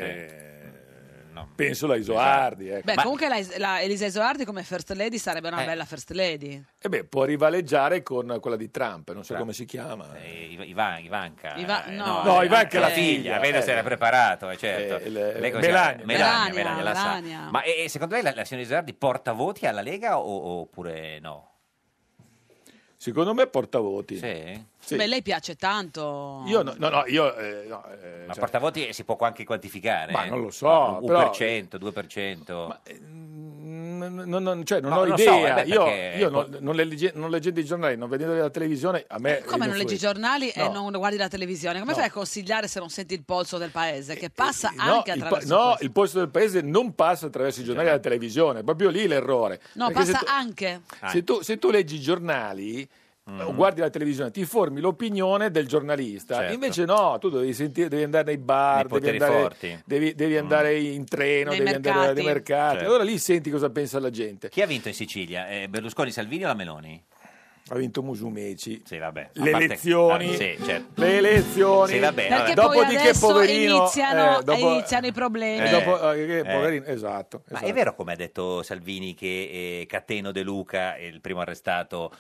Penso la Isoardi. Ecco. Beh, comunque la Elisa Isoardi come First Lady sarebbe una bella First Lady. Può rivaleggiare con quella di Trump, non so come si chiama. Ivanka. No, Ivanka è la figlia. Vedo se era preparato, certo. Melania la sa. Ma secondo lei la signora Isoardi porta voti alla Lega oppure no? Secondo me porta voti. Sì? Beh, lei piace tanto. Ma portavoti si può anche quantificare. Ma non lo so. 1%, 2%. Non No, ho lo idea. so, perché- Io non leggendo i giornali, non vedendo la televisione, a me. Come non leggi i giornali e No. non guardi la televisione? Come fai a consigliare se non senti il polso del paese? Che passa No, anche attraverso questo. il posto del paese non passa attraverso i giornali e la televisione, è proprio lì l'errore. No, Perché passa anche. se tu leggi i giornali o guardi la televisione, ti formi l'opinione del giornalista. Certo. Invece no, tu devi andare nei bar, Nei poteri forti. devi andare in treno, Nei devi andare nei mercati. Certo. Allora lì senti cosa pensa la gente. Chi ha vinto in Sicilia? Berlusconi, Salvini o la Meloni? Ha vinto Musumeci. Sì, vabbè. Le elezioni. Sì, certo. Le elezioni. Sì, vabbè, Perché vabbè. poi Dopodiché, adesso poverino, iniziano i problemi. Poverino, esatto. Ma è vero, come ha detto Salvini, che Cateno De Luca, il primo arrestato,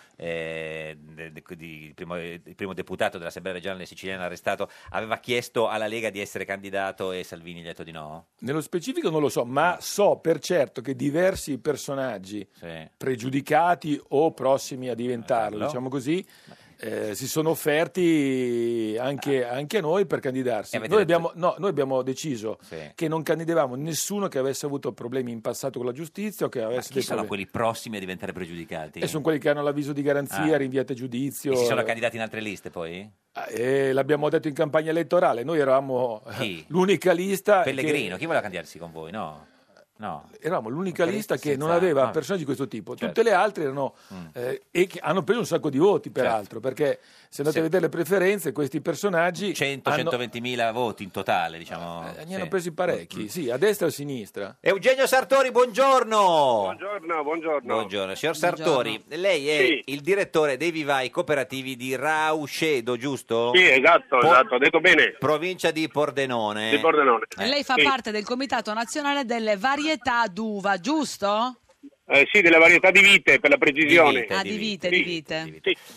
il primo deputato dell'Assemblea regionale siciliana arrestato, aveva chiesto alla Lega di essere candidato e Salvini gli ha detto di no? Nello specifico non lo so, ma so per certo che diversi personaggi pregiudicati o prossimi a diventarlo, diciamo così, si sono offerti anche a noi per candidarsi. Noi abbiamo deciso che non candidavamo nessuno che avesse avuto problemi in passato con la giustizia o che avesse Chi dei sono problemi. quelli prossimi a diventare pregiudicati? E sono quelli che hanno l'avviso di garanzia, rinviate a giudizio. E si sono candidati in altre liste poi? L'abbiamo detto in campagna elettorale, noi eravamo l'unica lista. Pellegrino, chi voleva candidarsi con voi? No. Eravamo l'unica lista che non senza- aveva ah. personaggi di questo tipo. Certo. Tutte le altre erano e che hanno preso un sacco di voti, peraltro, perché se andate a vedere le preferenze, questi personaggi 100-120.000 voti in totale, diciamo. ne hanno presi parecchi, sì, a destra e a sinistra. Eugenio Sartori, buongiorno. Buongiorno. Signor Sartori, lei è il direttore dei vivai cooperativi di Rauscedo, giusto? Sì, esatto, ho detto bene. Provincia di Pordenone. Di Pordenone. E lei fa parte del Comitato Nazionale delle Varietà d'Uva, giusto? Sì, delle varietà di vite, per la precisione. Di vite.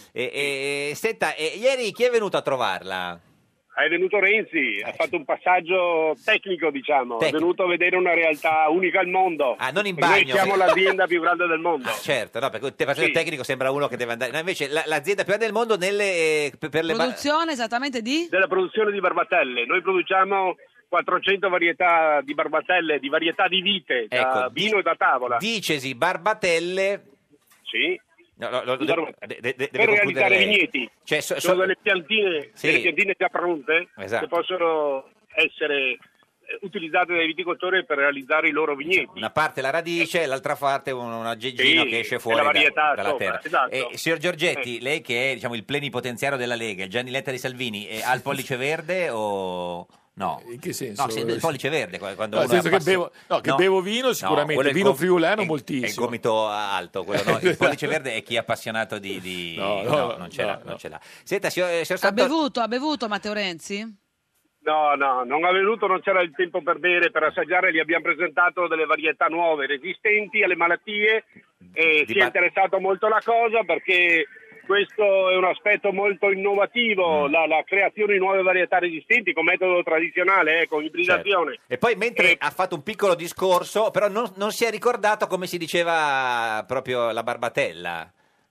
Senta, ieri chi è venuto a trovarla? È venuto Renzi, ha fatto un passaggio tecnico, diciamo. Tecnico. È venuto a vedere una realtà unica al mondo. Non in Perché bagno. Noi siamo l'azienda più grande del mondo. Certo, no, perché il passaggio tecnico sembra uno che deve andare. No, invece l'azienda più grande del mondo per le Produzione esattamente di? Della produzione di barbatelle. Noi produciamo 400 varietà di barbatelle, di varietà di vite, da vino e da tavola. Dicesi barbatelle. Sì. Deve Per realizzare lei. vigneti. Cioè, sono delle piantine già pronte Esatto. che possono essere utilizzate dai viticoltori per realizzare i loro vigneti. Una parte la radice, l'altra parte un aggeggino Sì, che esce è fuori la varietà dalla sopra, terra. esatto. Signor Giorgetti, lei che è diciamo, il plenipotenziario della Lega, il Gianni Letta di Salvini, ha il pollice verde o... No. In che senso? No, il pollice verde quando Nel uno senso che bevo vino sicuramente, quello è il vino friulano moltissimo. È il gomito alto, quello, no? Il pollice verde è chi è appassionato di... No, non ce l'ha. Senta, signor Sartori... Ha bevuto Matteo Renzi? No, non è venuto, non c'era il tempo per bere, per assaggiare, gli abbiamo presentato delle varietà nuove, resistenti alle malattie e si è interessato molto alla cosa perché questo è un aspetto molto innovativo, la creazione di nuove varietà resistenti con metodo tradizionale, con ibridazione. Certo. E poi mentre ha fatto un piccolo discorso, però non si è ricordato come si diceva proprio la barbatella.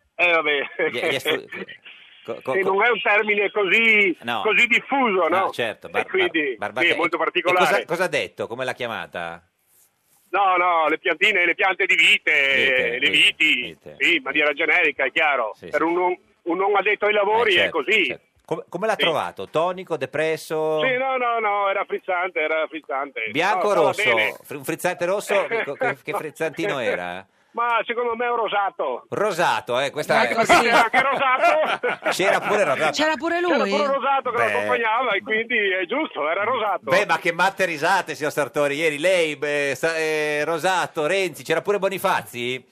Vabbè. Che non è un termine così diffuso, no? Certo, e quindi barbatella. Sì, è molto particolare. E cosa ha detto? Come l'ha chiamata? No, le piantine, le piante di vite, le viti, sì, in maniera generica, è chiaro. Sì, per un non addetto ai lavori è così. Certo. Come l'ha trovato? Tonico, depresso? Sì, no, era frizzante. Bianco o No, rosso? Un frizzante rosso? Che frizzantino era? Ma secondo me è un rosato. Rosato, questa è... C'era anche rosato. C'era pure rosato. C'era pure lui? C'era pure rosato che lo accompagnava e quindi è giusto, era rosato. Beh, ma che matte risate, signor Sartori. Ieri lei, Rosato, Renzi, c'era pure Bonifazzi?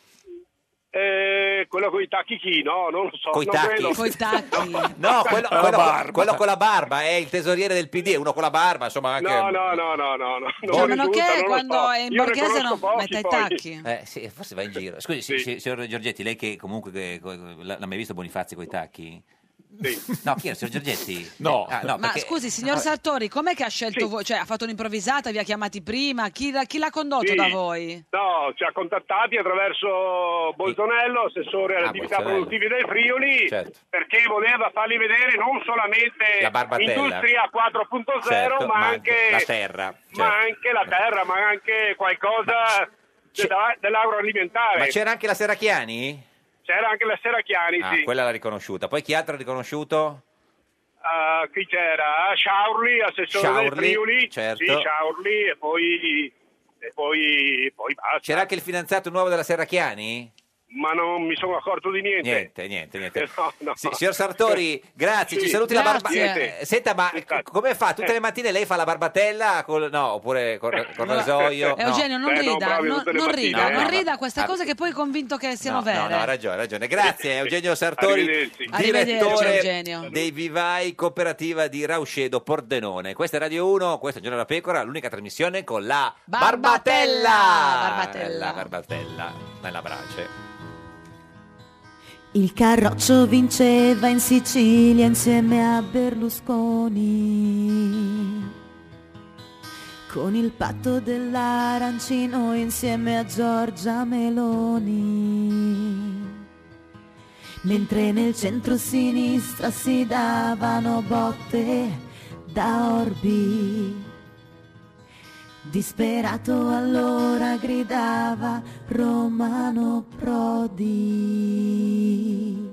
Quello con i tacchi chi? No, non lo so. Coi non tacchi? credo. Coi tacchi. No, quello con la barba, è il tesoriere del PD, uno con la barba, insomma anche... No. Cioè, meno che quando so. è in Io ne borghese non conosco mette i pochi, tacchi. Sì, forse va in giro. Scusi, signor Giorgetti, lei che comunque l'ha mai visto Bonifazzi coi tacchi? Sì. No, chi è, signor Giorgetti? No. No, Ma perché... scusi, signor Sartori, com'è che ha scelto voi? Cioè, ha fatto un'improvvisata, vi ha chiamati prima? Chi l'ha condotto Sì. da voi? No, ci ha contattati attraverso Bolzonello, assessore alle attività Bolzonello. produttive del Friuli, Certo. perché voleva fargli vedere non solamente La barbatella. Industria 4.0, Certo, ma anche la terra. Certo. ma anche la terra, ma anche qualcosa dell'agroalimentare. Ma c'era anche la Serracchiani? C'era anche la Serracchiani, sì. Quella l'ha riconosciuta. Poi chi altro ha riconosciuto? Qui c'era Sciaurli, assessore del Friuli, certo. sì, Sciaurli, e poi basta. C'era anche il fidanzato nuovo della Serracchiani? Ma non mi sono accorto di niente. Niente. No. Sì, signor Sartori, grazie, Sì, ci saluti la grazie. Senta, ma come fa? Tutte le mattine lei fa la barbatella? Oppure con rasoio? Eugenio, non rida, non rida queste Ah. cose che poi è convinto che siano vere. No, ha ragione. Grazie Eugenio Sartori, Arrivederci, direttore Eugenio. dei Vivai Cooperativa di Rauscedo Pordenone. Questa è Radio 1, questo è Giorno da Pecora, l'unica trasmissione con la barbatella. Bella brace. Il Carroccio vinceva in Sicilia insieme a Berlusconi, con il patto dell'arancino insieme a Giorgia Meloni, mentre nel centro-sinistra si davano botte da orbi. Disperato allora gridava Romano Prodi.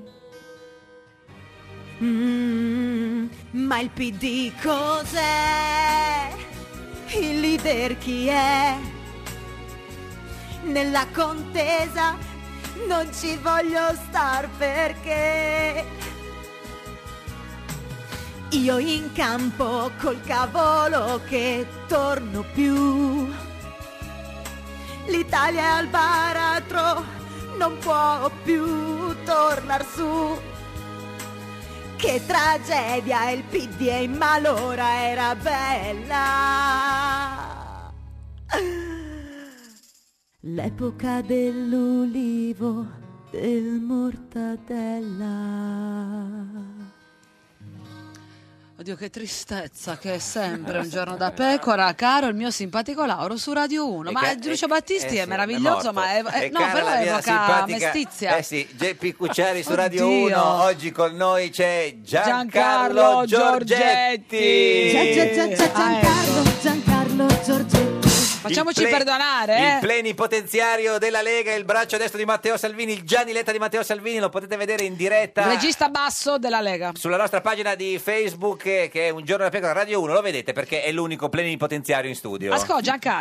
Ma il PD cos'è? Il leader chi è? Nella contesa non ci voglio star perché io in campo col cavolo che torno più. L'Italia è al baratro, non può più tornar su. Che tragedia, il PD è in malora, era bella. L'epoca dell'ulivo, del mortadella. Oddio, che tristezza che è sempre un giorno da pecora, caro il mio simpatico Lauro su Radio 1. Ma Lucio Battisti è meraviglioso, ma no, però evoca mestizia. Sì, Geppi Cucciari su Radio Oddio. 1. Oggi con noi c'è Giancarlo Giorgetti. Giancarlo Giorgetti. Facciamoci perdonare, Il plenipotenziario della Lega, il braccio destro di Matteo Salvini, il Gianni Letta di Matteo Salvini, lo potete vedere in diretta. Il regista basso della Lega. Sulla nostra pagina di Facebook, che è Un Giorno da Pecora Radio 1, lo vedete perché è l'unico plenipotenziario in studio. Gianca.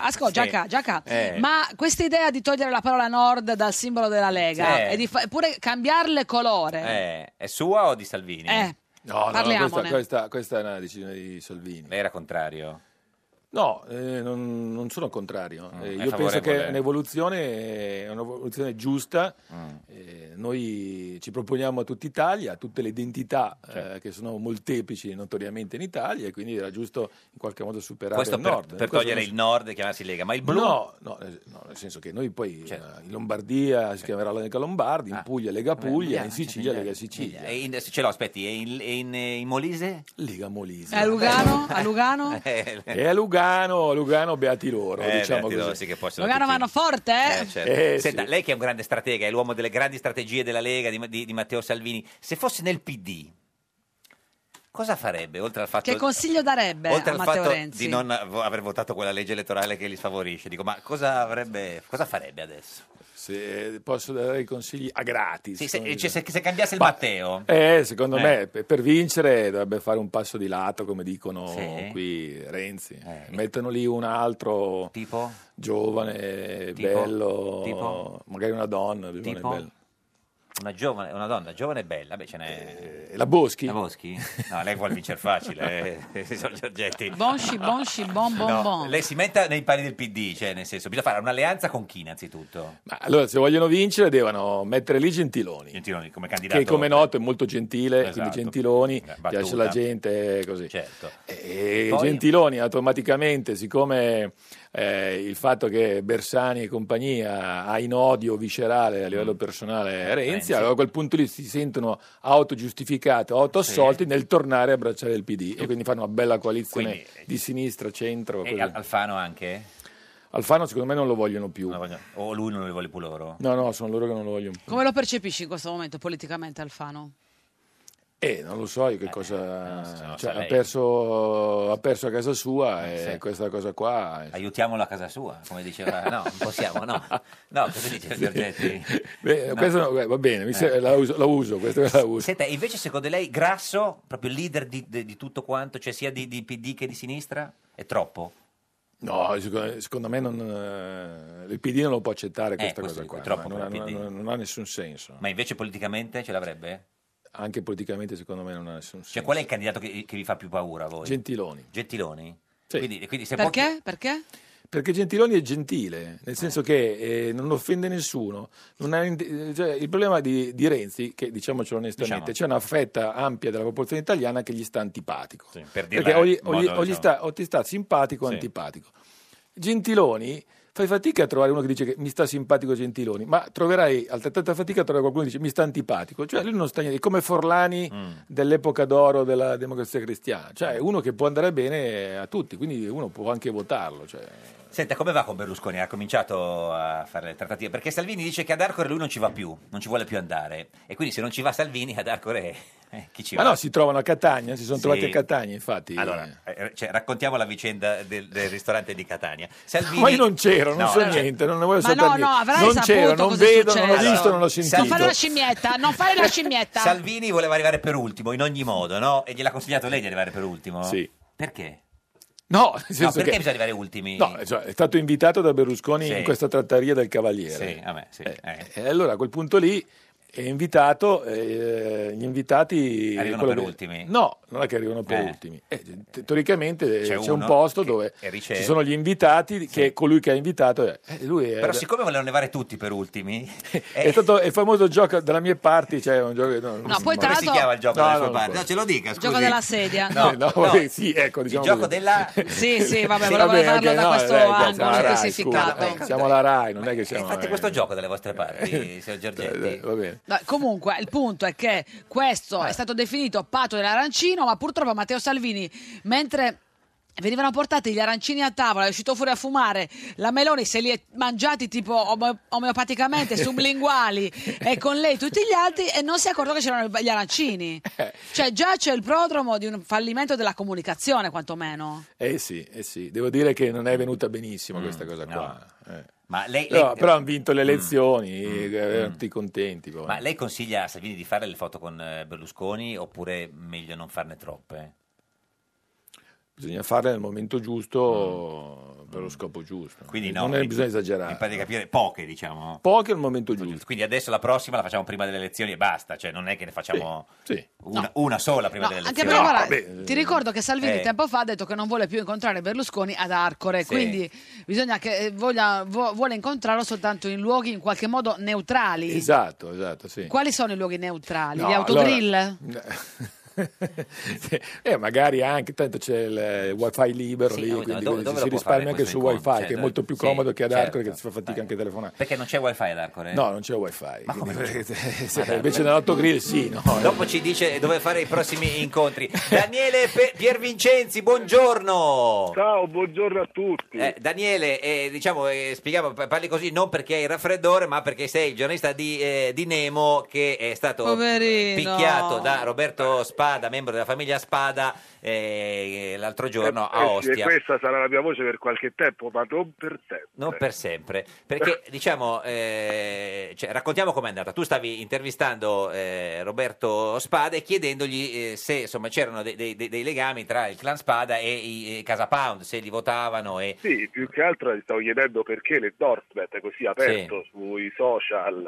Ma questa idea di togliere la parola Nord dal simbolo della Lega e di pure cambiarle colore. È sua o di Salvini? No, parliamone. questa è una decisione di Salvini. Lei era contrario? No, non sono contrario. Io penso che è un'evoluzione giusta, noi ci proponiamo a tutta Italia, a tutte le identità che sono molteplici notoriamente in Italia, e quindi era giusto in qualche modo superare Questo il per, nord. per togliere il nord e chiamarsi Lega, ma il blu? No, nel senso che noi poi in Lombardia si chiamerà la Lega Lombardi, in Puglia Lega Puglia, in Sicilia Lega Sicilia. E ce l'ho, aspetti, e in Molise? Lega Molise. A Lugano? A Lugano? E a Lugano beati loro, diciamo beati loro, così. sì, che possono Lugano vanno forte, certo. Senta, sì. lei che è un grande stratega, è l'uomo delle grandi strategie della Lega, di Matteo Salvini, se fosse nel PD, cosa farebbe, oltre al fatto... Che consiglio darebbe oltre a al Matteo fatto Renzi? di non aver votato quella legge elettorale che li sfavorisce? Dico, ma cosa farebbe adesso? Se posso dare i consigli a gratis. Sì, se cambiasse il Matteo. Secondo me per vincere dovrebbe fare un passo di lato, come dicono qui Renzi. Mettono lì un altro tipo? Giovane, Tipo? bello, Tipo? magari una donna, giovane, Tipo? bella. Una donna giovane e bella, beh, ce n'è... La Boschi? La Boschi? No, lei vuole vincere facile, sono Giorgetti. Bonsci, bon. No, lei si metta nei panni del PD, cioè nel senso, bisogna fare un'alleanza con chi innanzitutto? Ma allora, se vogliono vincere devono mettere lì Gentiloni. Gentiloni come candidato. Che come noto è molto gentile, Esatto. quindi Gentiloni, Battuta. piace alla gente, così. Certo. E Poi? Gentiloni automaticamente, siccome il fatto che Bersani e compagnia ha in odio viscerale a livello personale Renzi, allora a quel punto lì si sentono autogiustificati, autoassolti nel tornare a abbracciare il PD, e quindi fanno una bella coalizione di sinistra, centro. E Alfano anche? Alfano secondo me non lo vogliono più. O lui non li vuole più loro? No, sono loro che non lo vogliono più. Come lo percepisci in questo momento politicamente Alfano? Non lo so io che cosa... so ha lei. perso a casa sua, e questa cosa qua... Aiutiamolo a casa sua, come diceva. No, non possiamo, no. No, cosa dice Giorgetti? Beh, questo va bene, la uso, questa la uso. Senta, invece secondo lei Grasso, proprio il leader di tutto quanto, cioè sia di PD che di sinistra, è troppo? No, secondo me il PD non lo può accettare questa cosa qua. troppo non per il PD. non ha nessun senso. Ma invece politicamente ce l'avrebbe? Anche politicamente secondo me non ha nessun senso. Cioè qual è il candidato che vi fa più paura a voi? Gentiloni. Gentiloni? Sì. Quindi se Perché? Perché? Perché Gentiloni è gentile, nel senso che non offende nessuno. Cioè, il problema di Renzi, che diciamocelo onestamente, c'è una fetta ampia della popolazione italiana che gli sta antipatico. per Perché o ti sta simpatico o antipatico. Gentiloni, fai fatica a trovare uno che dice che mi sta simpatico Gentiloni, ma troverai altrettanta fatica a trovare qualcuno che dice mi sta antipatico. Cioè lui non sta niente, è come Forlani dell'epoca d'oro della Democrazia Cristiana, cioè uno che può andare bene a tutti, quindi uno può anche votarlo. Cioè. Senta, come va con Berlusconi? Ha cominciato a fare le trattative? Perché Salvini dice che ad Arcore lui non ci va più, non ci vuole più andare. E quindi se non ci va Salvini, ad Arcore chi ci va? Ma no, si trovano a Catania, si sono trovati a Catania, infatti. Allora, raccontiamo la vicenda del ristorante di Catania. Salvini... Ma io non c'ero, non so niente, non ne voglio sapere niente. avrai non c'ero, saputo non cosa è vedo, non l'ho successo. visto, non l'ho sentito. Non fare la scimmietta, non fare la scimmietta. Salvini voleva arrivare per ultimo, in ogni modo, no? E gliel'ha consigliato lei di arrivare per ultimo? Sì. Perché? No, nel senso perché che... bisogna arrivare ultimi? No, cioè, è stato invitato da Berlusconi in questa trattoria del Cavaliere. Sì, vabbè, sì. E allora a quel punto lì è invitato, gli invitati... Arrivano per ultimi? No, non è che arrivano per ultimi. Teoricamente c'è un uno posto dove riceve. ci sono gli invitati, che è colui che ha invitato. Lui è... Però siccome volevano levare tutti per ultimi... È stato il famoso gioco dalla mia parte, cioè un gioco... poi tra come si l'altro- chiama il gioco della sua non parte? può. No, ce lo dica, scusi. Gioco della sedia. Sì, ecco, diciamo il gioco così. della... Sì, vabbè, volevo farlo da questo angolo specificato. Siamo alla RAI, non è che siamo... Fate questo gioco dalle vostre parti, signor Giorgetti. Va bene. No, comunque il punto è che questo è stato definito patto dell'arancino, ma purtroppo Matteo Salvini, mentre venivano portati gli arancini a tavola, è uscito fuori a fumare, la Meloni se li è mangiati tipo omeopaticamente, sublinguali, e con lei tutti gli altri, e non si è accorto che c'erano gli arancini. Cioè già c'è il prodromo di un fallimento della comunicazione, quantomeno. Sì, devo dire che non è venuta benissimo questa cosa qua. Ma lei... Però hanno vinto le elezioni, erano tutti contenti. Poi. Ma lei consiglia a Salvini di fare le foto con Berlusconi, oppure meglio non farne troppe? Bisogna farle nel momento giusto, per lo scopo giusto. Quindi no, non bisogna esagerare. Mi pare di capire poche, diciamo. Poche al momento giusto. Quindi adesso la prossima la facciamo prima delle elezioni e basta, cioè non è che ne facciamo una sola prima delle Anche elezioni. perché guarda, ti ricordo che Salvini tempo fa ha detto che non vuole più incontrare Berlusconi ad Arcore, quindi bisogna che vuole incontrarlo soltanto in luoghi in qualche modo neutrali. Esatto, sì. Quali sono i luoghi neutrali? No, Gli autogrill? Magari anche, tanto c'è il wifi libero lì, quindi dove si risparmia anche su wifi, incontro? che è molto più comodo che ad Arcore, che si fa fatica anche a telefonare. Perché non c'è wifi ad Arcore? No, non c'è wifi. Invece nell'autogrill sì. No. Dopo ci dice dove fare i prossimi incontri. Daniele Piervincenzi, buongiorno. Ciao, buongiorno a tutti. Daniele, spieghiamo, parli così non perché hai il raffreddore, ma perché sei il giornalista di Nemo, che è stato picchiato da Roberto Spada, membro della famiglia Spada, l'altro giorno a Ostia. E questa sarà la mia voce per qualche tempo, ma non per sempre. Non per sempre, perché raccontiamo com'è andata. Tu stavi intervistando Roberto Spada e chiedendogli se insomma c'erano dei legami tra il clan Spada e i Casa Pound, se li votavano. Sì, più che altro gli stavo chiedendo perché l'endorsement così aperto sui social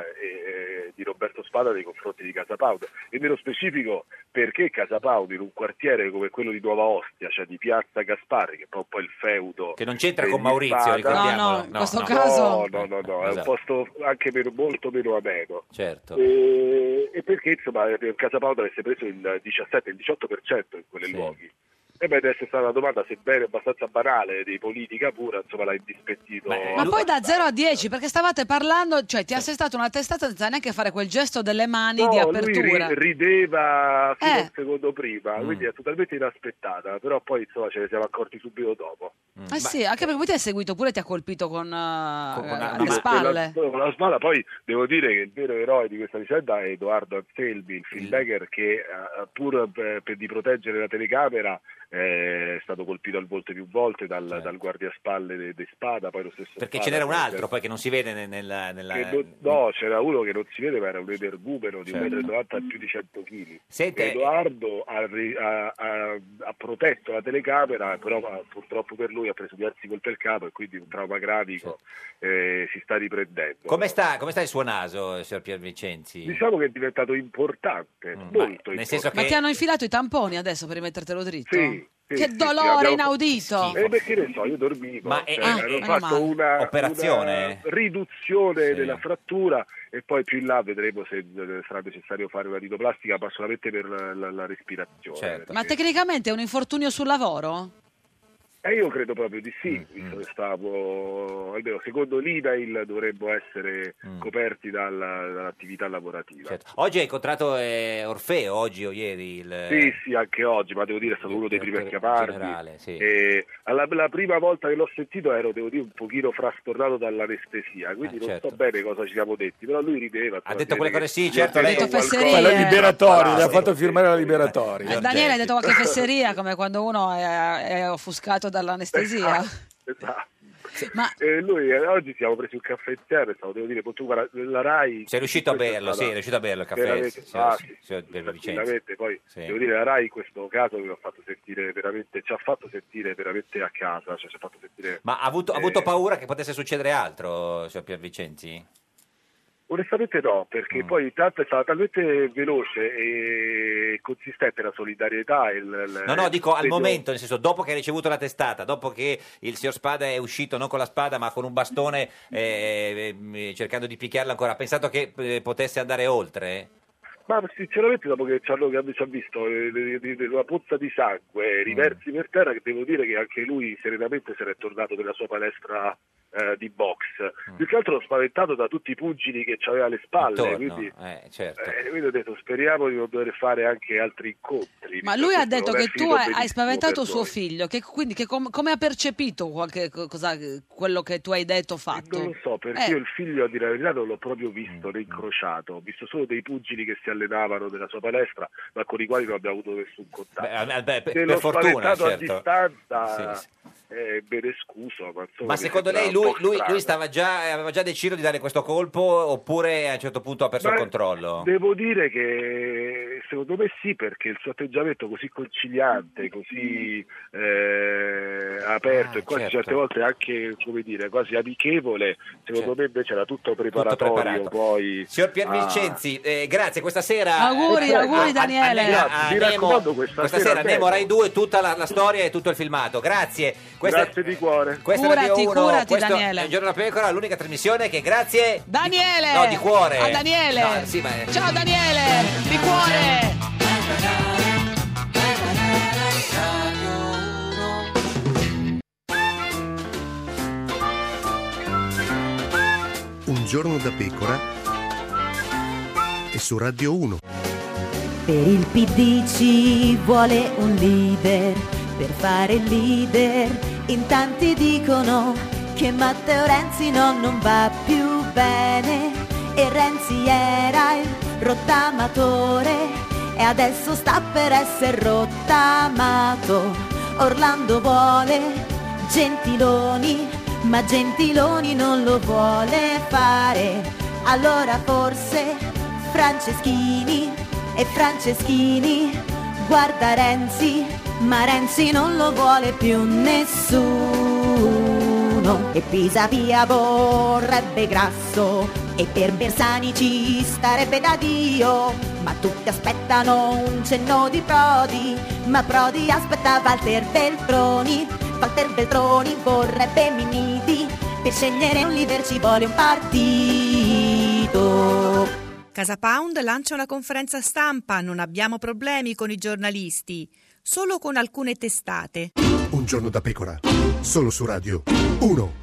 di Roberto Spada nei confronti di Casa Pound, e nello specifico perché Casa Pound in un quartiere come quello di Nuova Ostia, cioè di Piazza Gasparri, che è un po' il feudo, che non c'entra con Maurizio, ricordiamolo. No, in questo caso no, è un posto anche molto meno ameno. Certo. E perché insomma Casa Pound avesse preso il 18% in quei luoghi. E beh, adesso è stata una domanda, sebbene abbastanza banale, di politica pura, insomma l'ha indispettito. Ma poi da 0 a 10, perché stavate parlando, cioè ti ha assestato una testata senza neanche fare quel gesto delle mani di apertura. Lui rideva fino a un secondo prima, quindi è totalmente inaspettata, però poi insomma ce ne siamo accorti subito dopo. Sì, anche perché poi ti hai seguito, pure ti ha colpito con le spalle. Con la spalla, poi devo dire che il vero eroe di questa vicenda è Edoardo Anselmi, il filmmaker che pur di proteggere la telecamera è stato colpito al volto più volte dal guardiaspalle di Spada, poi lo stesso perché Spada, ce n'era un altro poi che non si vede nella... No, c'era uno che non si vede, ma era un energumeno di 1,90 m a più di 100 kg. Edoardo ha protetto la telecamera, però purtroppo per lui ha preso diversi colpi al capo e quindi un trauma cranico, si sta riprendendo. Come sta il suo naso, signor Piervincenzi? Diciamo che è diventato importante, molto importante. Nel senso Ma ti hanno infilato i tamponi adesso per rimettertelo dritto? Sì. Che dolore inaudito! Perché ne so, io dormivo. Ma hanno fatto una riduzione della frattura e poi più in là vedremo se sarà necessario fare una rinoplastica, ma solamente per la respirazione. Certo. Ma tecnicamente è un infortunio sul lavoro? Io credo proprio di sì, visto che almeno secondo l'INAIL dovremmo essere coperti dall'attività lavorativa. Certo. Oggi hai incontrato Orfeo, oggi o ieri? Sì, anche oggi, ma devo dire è stato uno dei primi a chiamarmi. Sì. La prima volta che l'ho sentito ero, devo dire, un pochino frastornato dall'anestesia, quindi non so bene cosa ci siamo detti, però lui rideva. Ha detto quelle cose, sì, certo. Ha detto fesserie. La liberatoria, le ha fatto firmare la liberatoria. Daniele ha detto qualche fesseria, come quando uno è offuscato dall'anestesia. Esatto. Ma lui oggi siamo presi un caffè insieme, devo dire, la Rai. Sei riuscito a berlo, sì, è riuscito a berlo il caffè. Veramente, poi devo dire, la Rai in questo caso ci ha fatto sentire veramente a casa, cioè ci ha fatto sentire. Ma ha avuto paura che potesse succedere altro, signor Piervincenzi? Onestamente no, perché poi intanto è stata talmente veloce e consistente la solidarietà. No, dico al momento, nel senso, dopo che hai ricevuto la testata, dopo che il signor Spada è uscito non con la spada ma con un bastone cercando di picchiarla ancora, ha pensato che potesse andare oltre? Ma sinceramente dopo che ci ha visto una pozza di sangue riversi per terra, che devo dire che anche lui serenamente se n'è tornato nella sua palestra di box, più che altro spaventato da tutti i pugili che c'aveva alle spalle, quindi ho detto speriamo di non dover fare anche altri incontri. Ma lui ha detto che tu hai spaventato suo figlio, quindi come ha percepito quello che tu hai detto fatto? Non lo so, perché io il figlio, a dire la verità, non l'ho proprio visto né incrociato, ho visto solo dei pugili che si allenavano nella sua palestra ma con i quali non abbiamo avuto nessun contatto. Per fortuna, certo. A distanza. Sì. Bene scuso, ma secondo lei lui strana. aveva già deciso di dare questo colpo, oppure a un certo punto ha perso il controllo? Devo dire che secondo me sì, perché il suo atteggiamento così conciliante, così aperto e quasi certo. certe volte anche, come dire, quasi amichevole, secondo me invece era tutto preparatorio. preparato. Poi Signor Piervincenzi, grazie. Questa sera Auguri, Daniele. Mi raccomando, questa sera Nemo Rai 2, tutta la storia e tutto il filmato. Grazie. Grazie di cuore. Questa è Radio 1, curati, questo Daniele. è Un Giorno da Pecora, l'unica trasmissione che grazie Daniele! No, di cuore. A Daniele! No, sì, ma... Ciao Daniele! Di cuore! Un giorno da pecora e su Radio 1. Per il PD ci vuole un leader, per fare il leader in tanti dicono che Matteo Renzi non va più bene, e Renzi era il rottamatore e adesso sta per essere rottamato. Orlando vuole Gentiloni, ma Gentiloni non lo vuole fare, allora forse Franceschini, e Franceschini guarda Renzi, ma Renzi non lo vuole più nessuno. E Pisapia vorrebbe Grasso, e per Bersani ci starebbe da Dio, ma tutti aspettano un cenno di Prodi, ma Prodi aspetta Walter Veltroni. Walter Veltroni vorrebbe Minniti, per scegliere un leader ci vuole un partito. Casa Pound lancia una conferenza stampa, non abbiamo problemi con i giornalisti, solo con alcune testate. Un giorno da pecora, solo su Radio 1.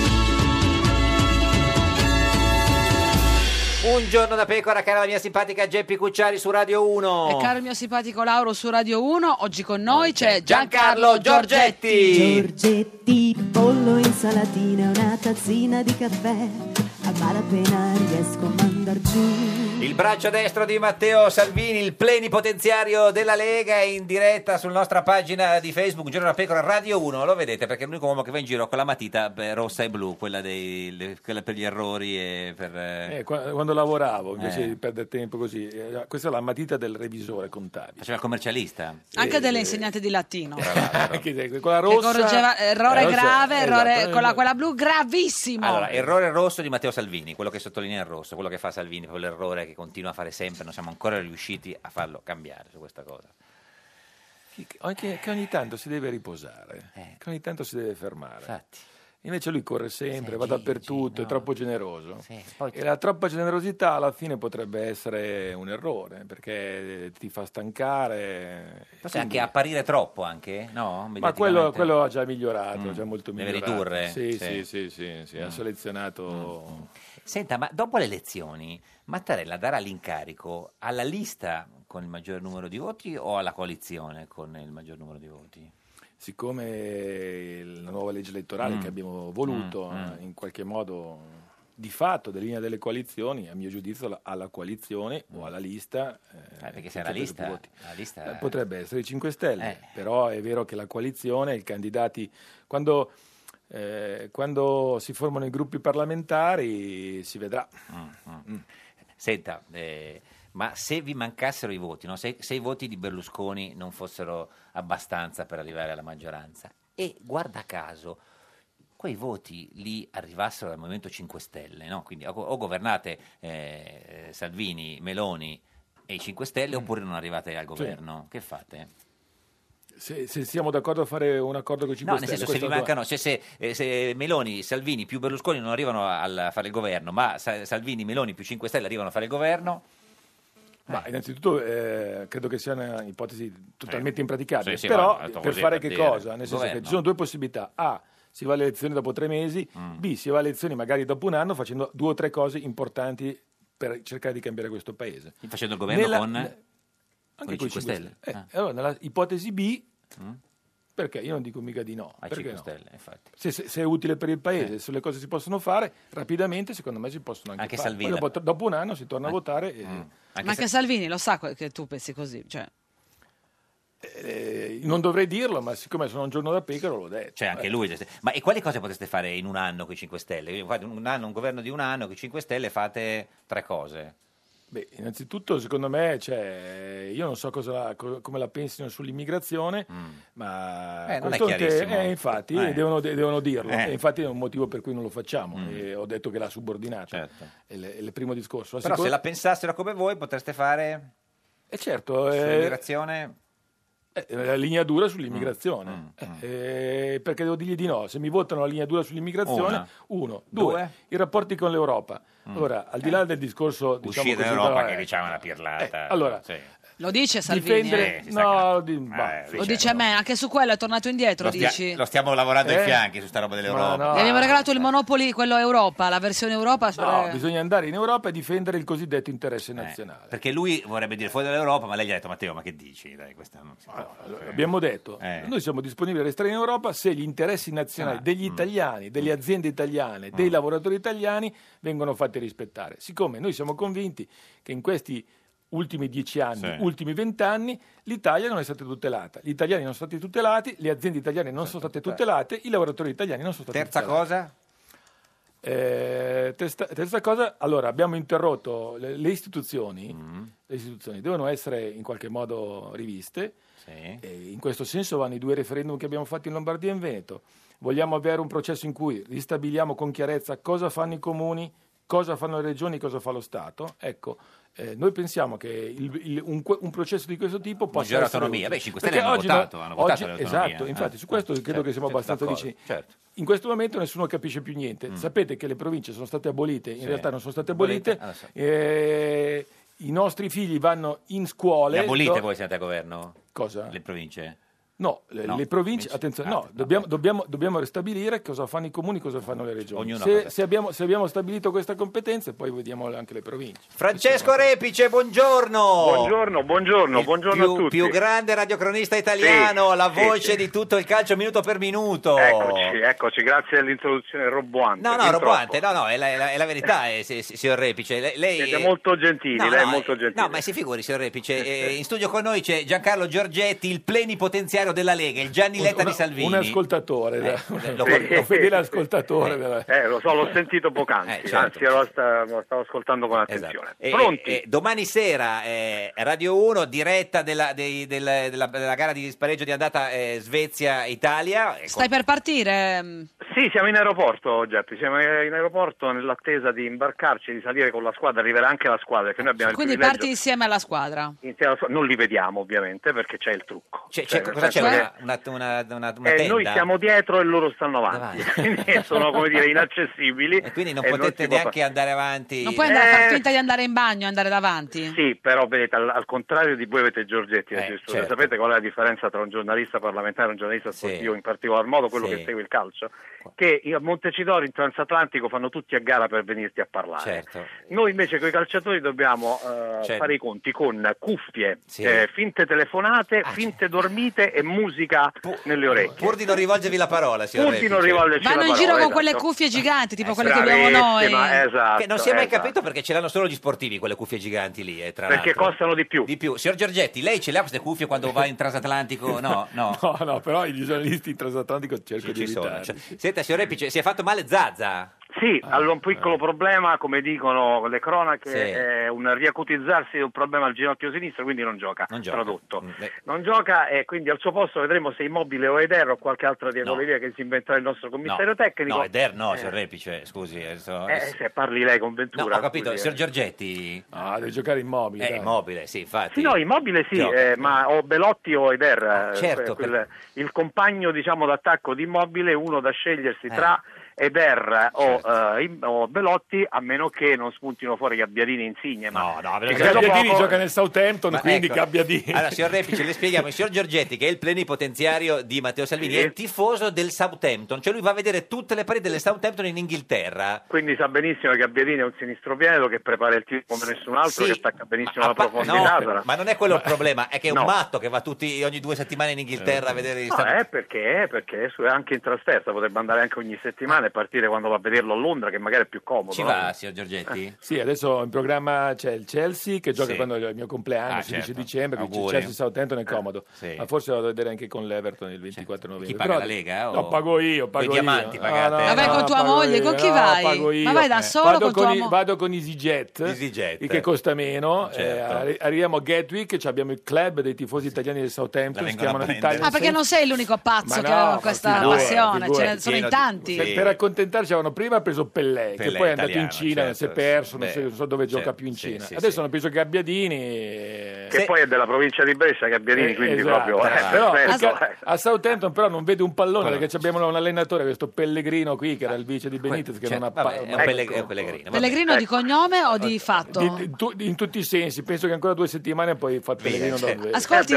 Un giorno da pecora, cara la mia simpatica Geppi Cucciari su Radio 1. E caro il mio simpatico Lauro su Radio 1, oggi con noi c'è Giancarlo Giorgetti. Giorgetti, pollo, insalatina, una tazzina di caffè, a malapena riesco a mandar giù. Il braccio destro di Matteo Salvini, il plenipotenziario della Lega, è in diretta sulla nostra pagina di Facebook, Un giorno da pecora Radio 1. Lo vedete perché è l'unico uomo che va in giro con la matita rossa e blu, quella per gli errori e per... Quando lavoravo, invece di perdere tempo così, questa è la matita del revisore contabile. Faceva il commercialista. Anche delle insegnanti di latino. Quella rossa, che correggeva errore grave, errore esatto. con quella blu gravissimo. Allora, errore rosso di Matteo Salvini, quello che sottolinea il rosso, quello che fa Salvini, proprio l'errore che continua a fare sempre, non siamo ancora riusciti a farlo cambiare su questa cosa. Che ogni tanto si deve riposare, che ogni tanto si deve fermare. Infatti. Invece lui corre sempre, va dappertutto, è troppo generoso. E la troppa generosità alla fine potrebbe essere un errore, perché ti fa stancare. Forse anche apparire troppo, anche, no? Ma quello ha già migliorato, ha già molto Deve migliorato. ridurre? Sì, ha selezionato... Senta, ma dopo le elezioni Mattarella darà l'incarico alla lista con il maggior numero di voti o alla coalizione con il maggior numero di voti? Siccome la nuova legge elettorale che abbiamo voluto in qualche modo di fatto delinea delle coalizioni, a mio giudizio alla coalizione o alla lista, perché se è la lista potrebbe essere i 5 Stelle, però è vero che la coalizione, i candidati, quando si formano i gruppi parlamentari si vedrà. Senta, ma se vi mancassero i voti, no? se i voti di Berlusconi non fossero abbastanza per arrivare alla maggioranza, e guarda caso quei voti lì arrivassero dal Movimento 5 Stelle, no? Quindi o governate Salvini, Meloni e i 5 Stelle, oppure non arrivate al governo, che fate? Se siamo d'accordo a fare un accordo con i 5 No, nel Stelle, senso, se vi mancano, se Meloni, Salvini più Berlusconi non arrivano a fare il governo, ma Salvini, Meloni più 5 Stelle arrivano a fare il governo. Ma innanzitutto credo che sia un'ipotesi totalmente impraticabile, Sì, però ma per fare che dire, cosa? Nel senso che ci sono due possibilità: A, si va alle elezioni dopo 3 mesi, B, si va alle elezioni magari dopo un anno facendo 2 o 3 cose importanti per cercare di cambiare questo paese. Facendo il governo con i 5 Stelle. Allora, nella ipotesi B, perché io non dico mica di no, ai perché 5 no? Stelle, infatti. Se è utile per il paese, se le cose si possono fare rapidamente, secondo me si possono anche fare. Salvini. Poi dopo un anno si torna a votare. Ma anche Salvini lo sa che tu pensi così, cioè. Non dovrei dirlo, ma siccome sono un giorno da pecora l'ho detto. Cioè anche lui. Ma e quali cose potreste fare in un anno con i 5 Stelle? Fate un governo di un anno con i 5 Stelle, fate 3 cose. Beh, innanzitutto secondo me, io non so come la pensino sull'immigrazione, ma non è chiarissimo. infatti devono dirlo, e infatti è un motivo per cui non lo facciamo, e ho detto che l'ha subordinato, è il primo discorso. Però se la pensassero come voi potreste fare certo, sull'immigrazione... la linea dura sull'immigrazione, perché devo dirgli di no. Se mi votano la linea dura sull'immigrazione, due, i rapporti con l'Europa. Allora, al di là del discorso, uscire dall'Europa, che diciamo una pirlata. Allora, lo dice Salvini? Lo dice a me, anche su quello è tornato indietro, dici? Lo stiamo lavorando ai fianchi su sta roba dell'Europa. Gli abbiamo regalato il Monopoli, quello Europa, la versione Europa. No, bisogna andare in Europa e difendere il cosiddetto interesse nazionale. Perché lui vorrebbe dire fuori dall'Europa, ma lei gli ha detto: Matteo, ma che dici? Dai, questa non si può. Abbiamo detto, noi siamo disponibili a restare in Europa se gli interessi nazionali degli italiani, delle aziende italiane, dei lavoratori italiani vengono fatti rispettare. Siccome noi siamo convinti che in questi ultimi 10 anni, ultimi 20 anni, l'Italia non è stata tutelata. Gli italiani non sono stati tutelati, le aziende italiane non sono state tutelate, i lavoratori italiani non sono stati tutelati. Terza cosa, allora abbiamo interrotto le istituzioni. Le istituzioni devono essere in qualche modo riviste. E in questo senso vanno i 2 referendum che abbiamo fatto in Lombardia e in Veneto. Vogliamo avere un processo in cui ristabiliamo con chiarezza cosa fanno i comuni, cosa fanno le regioni, cosa fa lo Stato. Ecco, noi pensiamo che un processo di questo tipo possa essere autonomia. Beh, 5 Stelle hanno votato l'autonomia. Esatto, infatti su questo credo che siamo abbastanza vicini. In questo momento nessuno capisce più niente. Sapete che le province sono state abolite, in realtà non sono state abolite. I nostri figli vanno in scuole. Le abolite voi siete a governo? Cosa? Le province? No, le province, attenzione, dobbiamo ristabilire cosa fanno i comuni, cosa fanno le regioni. Se abbiamo stabilito questa competenza, poi vediamo anche le province. Francesco Repice, buongiorno. Buongiorno a tutti. Più grande radiocronista italiano, la voce di tutto il calcio minuto per minuto. Eccoci, grazie dell'introduzione roboante. No, roboante, è la verità, signor Repice. Lei siete molto gentili, lei è molto gentile. No, ma si figuri, signor Repice, in studio con noi c'è Giancarlo Giorgetti, il plenipotenziario della Lega, il Gianni Letta di Salvini. Un ascoltatore, un fedele ascoltatore. Lo so, l'ho sentito poc'anzi, anzi lo stavo ascoltando con attenzione. Pronti? Domani sera Radio 1, diretta della gara di spareggio di andata Svezia-Italia. Stai per partire? Sì, siamo in aeroporto, Geppi, siamo in aeroporto nell'attesa di imbarcarci, di salire con la squadra, arriverà anche la squadra. Perché noi abbiamo quindi parti insieme alla squadra? Non li vediamo ovviamente perché c'è il trucco. Cosa c'è? Una tenda? Noi siamo dietro e loro stanno avanti. Sono, come dire, inaccessibili. E quindi non potete neanche andare avanti. Non puoi andare a far finta di andare in bagno e andare davanti? Sì, però vedete, al contrario di voi avete Giorgetti. Sapete qual è la differenza tra un giornalista parlamentare e un giornalista sportivo, in particolar modo quello che segue il calcio? Che a Montecitorio in transatlantico fanno tutti a gara per venirti a parlare. Noi invece con i calciatori dobbiamo fare i conti con cuffie, finte telefonate, finte dormite e musica nelle orecchie. Pur di non rivolgervi la parola, signor Repice. Vanno in giro con quelle cuffie giganti, tipo quelle che abbiamo noi. Esatto, che non si è mai capito perché ce l'hanno solo gli sportivi, quelle cuffie giganti lì. Perché costano di più. Signor Giorgetti, lei ce le ha queste cuffie quando va in transatlantico? No, però i giornalisti in transatlantico cerco di evitare. Senta, signor Repice, si è fatto male Zazza? Sì, allora un piccolo problema, come dicono le cronache, è un riacutizzarsi di un problema al ginocchio sinistro, quindi non gioca. Tradotto. Non gioca e quindi al suo posto vedremo se Immobile o Eder o qualche altra diavoleria che si inventerà il nostro commissario tecnico. No, Eder no, signor Repice, scusi. Se parli lei con Ventura. No, ho capito, signor Giorgetti. Deve giocare Immobile. Immobile, sì, infatti. Sì, no, Immobile sì, ma o Belotti o Eder. Certo. Il compagno, diciamo, d'attacco di Immobile, uno da scegliersi tra Eder o Belotti, a meno che non spuntino fuori Gabbiadini e Insigne. Gabbiadini gioca nel Southampton, quindi Gabbiadini. Allora, signor Repice, le spieghiamo. Il signor Giorgetti, che è il plenipotenziario di Matteo Salvini, è tifoso del Southampton, cioè lui va a vedere tutte le partite del Southampton in Inghilterra. Quindi sa benissimo che Gabbiadini è un sinistro-piede che prepara il tiro come nessun altro, che attacca benissimo la profondità. Ma non è quello il problema, è che è un matto che va ogni 2 settimane in Inghilterra a vedere perché anche in trasferta potrebbe andare anche ogni settimana. settimana e partire quando va a vederlo a Londra, che magari è più comodo. Ci no? va, signor Giorgetti? Sì, adesso in programma c'è il Chelsea che gioca Sì. quando è il mio compleanno, il 16 certo. dicembre, quindi Auguri. Chelsea Southampton è comodo. Sì. Ma forse vado a vedere anche con l'Everton il 24 novembre. Chi paga Però- la Lega? O... No, pago io, pago Coi diamanti io. pagate? Ma vai con tua pago moglie, io, con chi no, vai? pago io. Ma vai da solo Vado con tua moglie? Vado con EasyJet, EasyJet. che costa meno. Certo. Arriviamo a Gatwick, abbiamo il club dei tifosi italiani del Southampton, La si vengono a chiamano prendere. Italian Ah, perché non sei l'unico pazzo che ha questa passione, ce ne sono in tanti. Per accontentarci avevano prima preso Pellè, che Pellè, poi è andato italiano, in Cina, certo. si è perso, Beh, non so dove gioca certo, più in sì, Cina. sì, Adesso sì. hanno preso Gabbiadini. Che poi è della provincia di Brescia, Gabbiadini, quindi Esatto. proprio... Però perfetto. a Southampton però non vede un pallone perché abbiamo un allenatore, questo Pellegrino qui che era il vice di Benitez, che non ha Vabbè, è un Pellegrino. Pellegrino di cognome o di fatto? in tutti i sensi, penso che ancora 2 settimane poi fa il Pellegrino da dove Ascolti,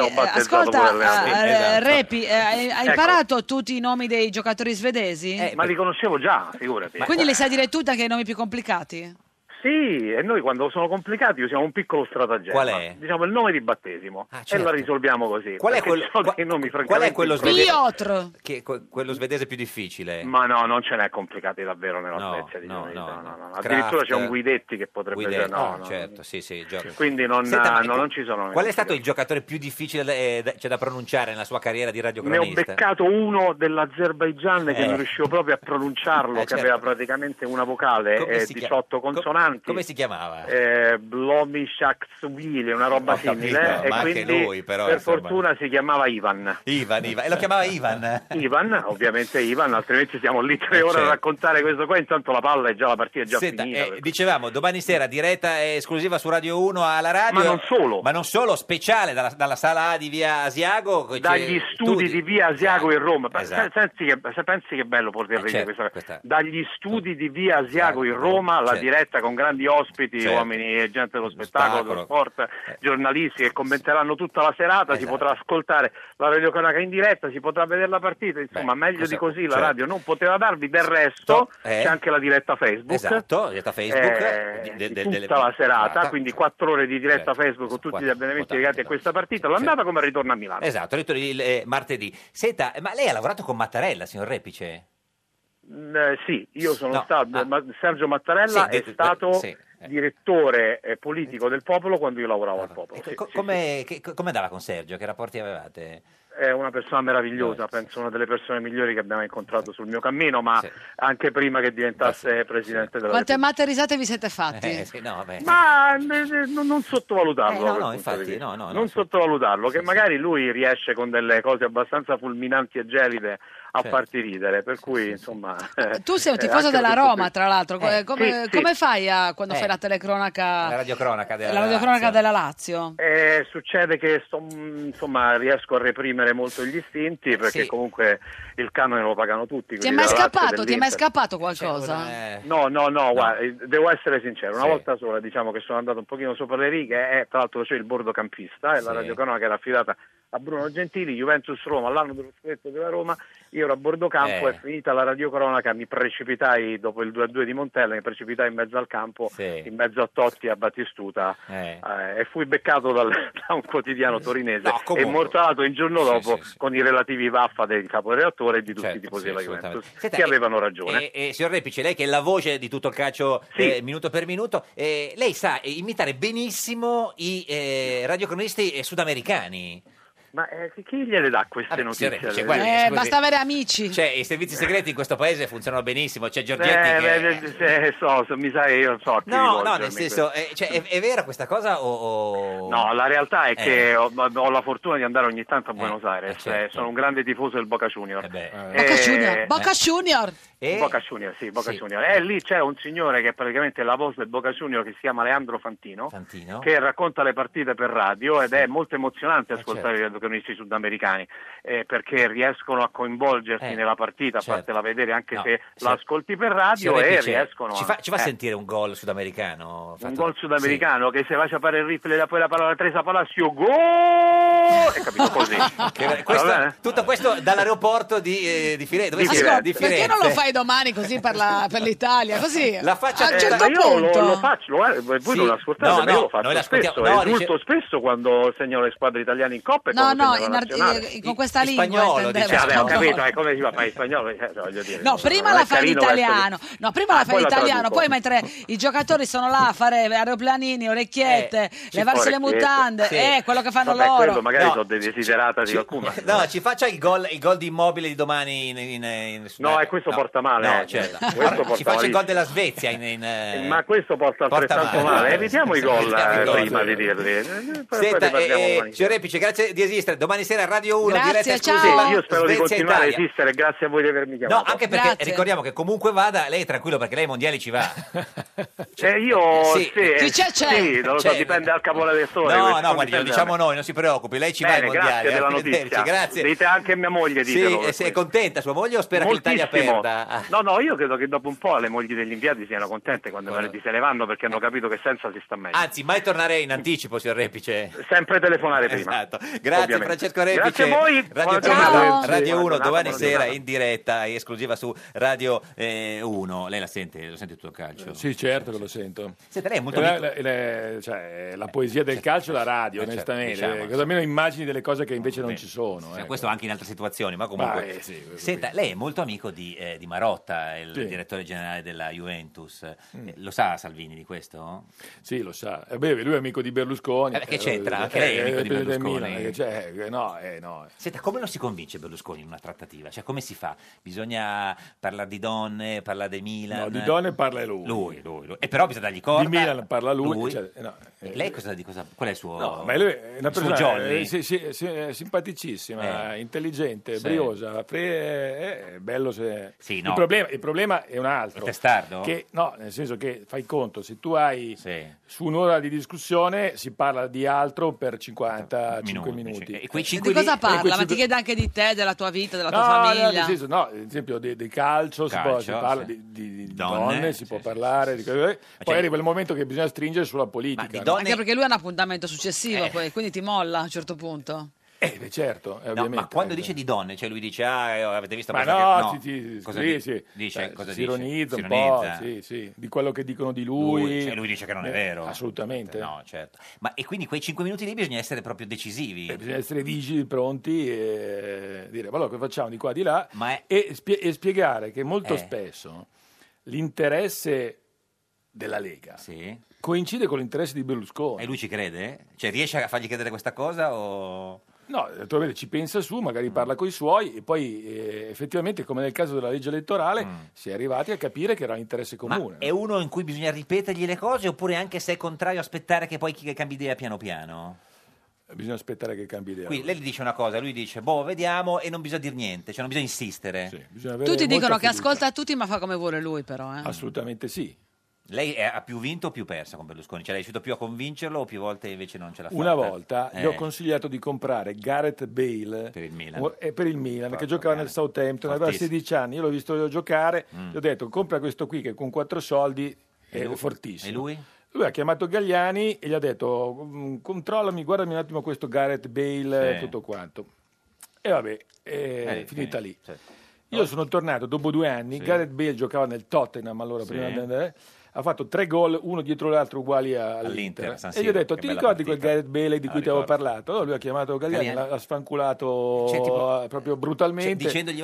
ascolta, Repi, hai imparato tutti i nomi dei giocatori svedesi? Ma li conoscevo già, figurati. Quindi li sai dire tutti anche i nomi più complicati? Sì, e noi quando sono complicati usiamo un piccolo stratagemma. Qual è? Diciamo il nome di battesimo e certo. la risolviamo così. Qual è Perché ci sono dei nomi Qual è francamente quello svedese? Piotr! Quello svedese più difficile? Ma no, non ce n'è complicati davvero nella Svezia. Diciamo. No. Addirittura c'è un Guidetti che potrebbe Guidetti, no. certo, sì. Quindi non ci sono. Qual è stato il giocatore più difficile da pronunciare nella sua carriera di Ne ho radiocronista? beccato uno dell'Azerbaigian che non riuscivo proprio a pronunciarlo, che certo. aveva praticamente una vocale Come e si 18 consonanti. Come si chiamava? Blomishaksvili, una roba Ho capito, simile, e ma anche quindi lui, però, per insomma. fortuna si chiamava Ivan. Ivan, e lo chiamava Ivan? Ivan, ovviamente Ivan, altrimenti siamo lì 3 ore certo. a raccontare questo qua, intanto la partita è già Senta, finita. dicevamo, domani sera diretta esclusiva su Radio 1 alla radio. Ma non solo. Speciale dalla sala A di Via Asiago. Dagli studi di Via Asiago in Roma. Esatto. Pensi che bello poter dire certo, questa. Dagli studi di Via Asiago in Roma, la certo. diretta con grandi ospiti, Certo. uomini e gente dello spettacolo, dello sport, giornalisti che commenteranno tutta la serata, si potrà ascoltare la radiocronaca in diretta, si potrà vedere la partita, insomma meglio di così la radio non poteva darvi. Del resto c'è anche la diretta Facebook. Esatto, la diretta Facebook tutta la serata, quindi 4 ore di diretta Facebook con tutti gli avvenimenti legati a questa partita, l'andata come il ritorno a Milano. Esatto, ritorno martedì. Senta, ma lei ha lavorato con Mattarella, signor Repice? Sì, io sono stato, Sergio Mattarella è stato direttore politico del Popolo quando io lavoravo al Popolo. Come andava con Sergio? Che rapporti avevate? È una persona meravigliosa, penso una delle persone migliori che abbiamo incontrato sul mio cammino, ma anche prima che diventasse Presidente della Quante matte risate vi siete fatti? Ma non sottovalutarlo. No, infatti, non sottovalutarlo, che magari lui riesce con delle cose abbastanza fulminanti e gelide a farti ridere, per cui insomma... Tu sei un tifoso della Roma, tra l'altro, come fai quando fai la telecronaca? La radiocronaca della Lazio? Succede che riesco a reprimere molto gli istinti, perché comunque il canone lo pagano tutti. Ti è mai scappato qualcosa? No, guarda, devo essere sincero, una volta sola diciamo che sono andato un pochino sopra le righe, tra l'altro c'è il bordocampista e la radiocronaca era affidata a Bruno Gentili, Juventus Roma, l'anno dello scudetto della Roma, io ero a bordo campo, è finita la radiocronaca, mi precipitai dopo il 2-2 di Montella, mi precipitai in mezzo al campo, in mezzo a Totti e a Battistuta, e fui beccato da un quotidiano torinese e immortalato il giorno dopo con i relativi vaffa del caporedattore e di tutti i tifosi della Juventus, che avevano ragione. Signor Repice, lei che è la voce di tutto il calcio minuto per minuto, lei sa imitare benissimo i radiocronisti sudamericani. Ma chi gliele dà queste notizie? Basta avere amici. Cioè, i servizi segreti in questo paese funzionano benissimo. C'è Giorgetti mi sai, io so. No, nel senso, è vera questa cosa o... No, la realtà è che ho la fortuna di andare ogni tanto a Buenos Aires. Sono un grande tifoso del Boca Junior. Boca Junior. Boca Junior, sì, Boca Junior. E lì c'è un signore che è praticamente la voce del Boca Junior, che si chiama Leandro Fantino, che racconta le partite per radio ed è molto emozionante ascoltare i radiocronisti sudamericani, perché riescono a coinvolgersi nella partita, a fartela vedere anche se l'ascolti per radio, e riescono ci fa sentire un gol sudamericano? Un gol sudamericano che se vai a fare il replay poi la parola Teresa Palacio, gol! Hai capito così? Tutto questo dall'aeroporto di Firenze. Perché non lo fai domani così per l'Italia? Così la faccia a un certo io punto lo faccio, voi non ascoltate, ma io lo faccio spesso, esulto spesso quando segno le squadre italiane in Coppa e quando no, relazionale. con questa in lingua spagnolo, intendevo. diciamo. Vabbè, ho capito, come si fa a fare in spagnolo? Voglio dire, No, prima la fai in italiano. No, prima la fai in poi la italiano, traduco. poi mentre i giocatori sono là a fare aeroplanini, orecchiette, levarsi le orecchiette. mutande, Sì. quello che fanno Vabbè, loro. quello magari No. sono desiderata di qualcuno. No, ci faccia il gol di Immobile di domani No, e questo porta male. No, certo. Questo porta Ci faccia il malissimo. gol della Svezia Ma questo porta altrettanto male. Evitiamo i gol prima di dirli. Senta, signor Repice, grazie di esistere. Domani sera Radio 1, diretta esclusiva. Io spero di Svezia continuare a Italia. esistere, grazie a voi di avermi chiamato. No, anche perché ricordiamo che comunque vada, lei è tranquillo perché lei ai mondiali ci va. Io Sì. Chi c'è? Sì, non lo so, C'è. dipende dal capolavessore. No, guardi, lo diciamo noi, non si preoccupi, lei ci va ai Bene, mondiali. grazie della Arrivederci, notizia. grazie. Dite anche a mia moglie, ditelo. Sì, è contenta sua moglie o spera che l'Italia Moltissimo. perda? No, io credo che dopo un po' le mogli degli inviati siano contente quando se ne vanno perché hanno capito che senza si sta meglio. Anzi, mai tornare in anticipo, signor Repice. Sempre telefonare prima. Esatto. Grazie Ovviamente. Francesco Repice. Grazie a voi. Radio, Buona giornata. Radio 1 Buona domani giornata. sera in diretta e esclusiva su Radio 1. Lei lo sente tutto il calcio? Sì, certo che lo sento. Senta, lei è molto cioè, la poesia del calcio è la radio, onestamente. diciamo, Cosa almeno immagini delle cose che invece non ci sono. Cioè, questo anche in altre situazioni, ma comunque. Senta, lei è molto amico di Marotta, il Sì. direttore generale della Juventus. Lo sa Salvini di questo? Sì, lo sa. Lui è amico di Berlusconi. Che c'entra? Anche lei è amico di del Berlusconi? Milan, no. Senta, come lo si convince Berlusconi in una trattativa? Cioè, come si fa? Bisogna parlare di donne, parlare di Milan? No, di donne parla lui. Lui. E però bisogna dargli corda. Di Milan parla lui. Cioè, Lei qual è il suo... No, ma lui è una il suo persona jolly? simpaticissima, intelligente, Sì. briosa, è bello se... Sì, no. Il problema è un altro. È testardo? No, nel senso che fai conto, se tu hai su un'ora di discussione si parla di altro per 55 minuti. E quei Di cosa parla? Ma ti chiede anche di te, della tua vita, della tua famiglia? nel senso, no, ad esempio di calcio, si parla di donne, si può parlare, poi arriva il momento che bisogna stringere sulla politica. Anche perché lui ha un appuntamento successivo, poi, quindi ti molla a un certo punto. Certo, No, ovviamente. ma quando dice di donne, cioè lui dice, avete visto Ma questa no, cosa sì. dice? Cosa si dice? ironizza Si un po', ironizza? sì, di quello che dicono di lui. Lui dice che non è vero. Assolutamente. No, certo. Ma e quindi quei 5 minuti lì bisogna essere proprio decisivi. Bisogna essere vigili, pronti e dire, ma allora che facciamo di qua di là e spiegare che molto spesso l'interesse della Lega coincide con l'interesse di Berlusconi. E lui ci crede? Cioè riesce a fargli credere questa cosa o... No, naturalmente ci pensa su, magari parla con i suoi e poi effettivamente, come nel caso della legge elettorale, si è arrivati a capire che era l'interesse comune. È uno in cui bisogna ripetergli le cose oppure anche se è contrario aspettare che poi cambi idea piano piano? Bisogna aspettare che cambi idea. Qui lei gli dice una cosa, lui dice vediamo e non bisogna dire niente, cioè non bisogna insistere. Tutti dicono che ascolta tutti ma fa come vuole lui però. Assolutamente sì. Lei ha più vinto o più persa con Berlusconi? Cioè lei è riuscito più a convincerlo o più volte invece non ce l'ha fatta? Una volta gli ho consigliato di comprare Gareth Bale per il Milan, che giocava nel Southampton, aveva 16 anni, io l'ho visto giocare, gli ho detto compra questo qui che con 4 soldi è fortissimo. E lui? Lui ha chiamato Galliani e gli ha detto controllami, guardami un attimo questo Gareth Bale, tutto quanto. E vabbè, è finita lì. Certo. Io sono tornato dopo 2 anni, Gareth Bale giocava nel Tottenham allora prima di andare, ha fatto 3 gol uno dietro l'altro uguali all'Inter. San E gli ho detto, Siro, ti che ricordi bella quel Gareth Bale di cui ti avevo ricordo. parlato? Allora lui ha chiamato Galliani, l'ha sfanculato proprio brutalmente. Dicendogli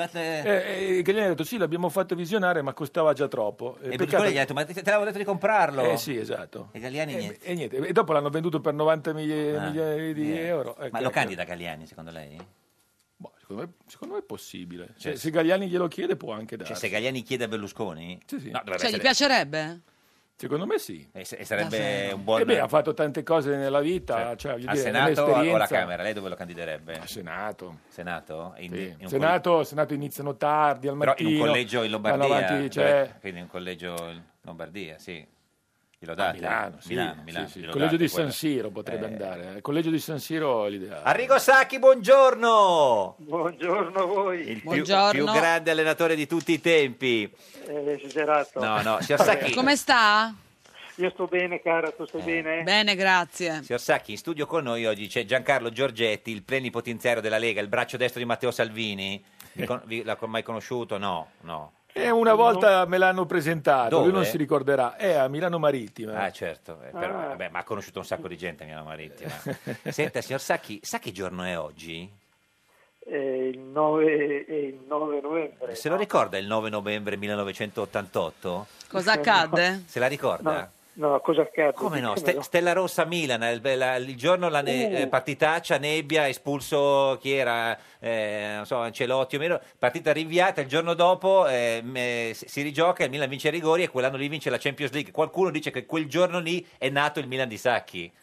E Galliani ha detto, sì, l'abbiamo fatto visionare, ma costava già troppo. E Berlusconi gli ha detto, ma te l'avevo detto di comprarlo? Sì, esatto. E Galliani niente. E niente. E dopo l'hanno venduto per 90 milioni di euro. Ma lo candida Galliani, secondo lei? Secondo me è possibile. Cioè, se Galliani glielo chiede può anche darsi. Cioè, se Galliani chiede a Berlusconi? Sì. No, dovrebbe Cioè, gli essere- piacerebbe? Secondo me sì. E sarebbe un buon... ha fatto tante cose nella vita. Cioè, voglio Al dire, Senato o nell'esperienza- alla Camera? Lei dove lo candiderebbe? Al Senato. Senato? Sì. un Senato iniziano tardi, al Però mattino. in un collegio in Lombardia, vanno avanti, cioè- quindi un collegio in Lombardia, sì. Glielo date? Milano, sì. Milano, Sì. glielo Il collegio date, di San Siro potrebbe andare. Il collegio di San Siro è l'ideale. Arrigo Sacchi, buongiorno! Buongiorno a voi. Il più grande allenatore di tutti i tempi. Esagerato. No, signor Sacchi. Come sta? Io sto bene, cara, tu stai bene? Bene, grazie. Signor Sacchi, in studio con noi oggi c'è Giancarlo Giorgetti, il plenipotenziario della Lega, il braccio destro di Matteo Salvini. L'ha mai conosciuto? No. E una volta me l'hanno presentato, Dove? lui non si ricorderà, è a Milano Marittima. Ah, certo, però, vabbè, ma ha conosciuto un sacco di gente a Milano Marittima. Senta, signor Sacchi, sa che giorno è oggi? Il 9 novembre. Se lo ricorda il 9 novembre 1988? Cosa accadde? Se la ricorda? No, cosa accade? Come no? Stella Rossa Milan, il giorno partitaccia, nebbia, espulso chi era, non so, Ancelotti o meno, partita rinviata, il giorno dopo si rigioca, il Milan vince i rigori e quell'anno lì vince la Champions League. Qualcuno dice che quel giorno lì è nato il Milan di Sacchi.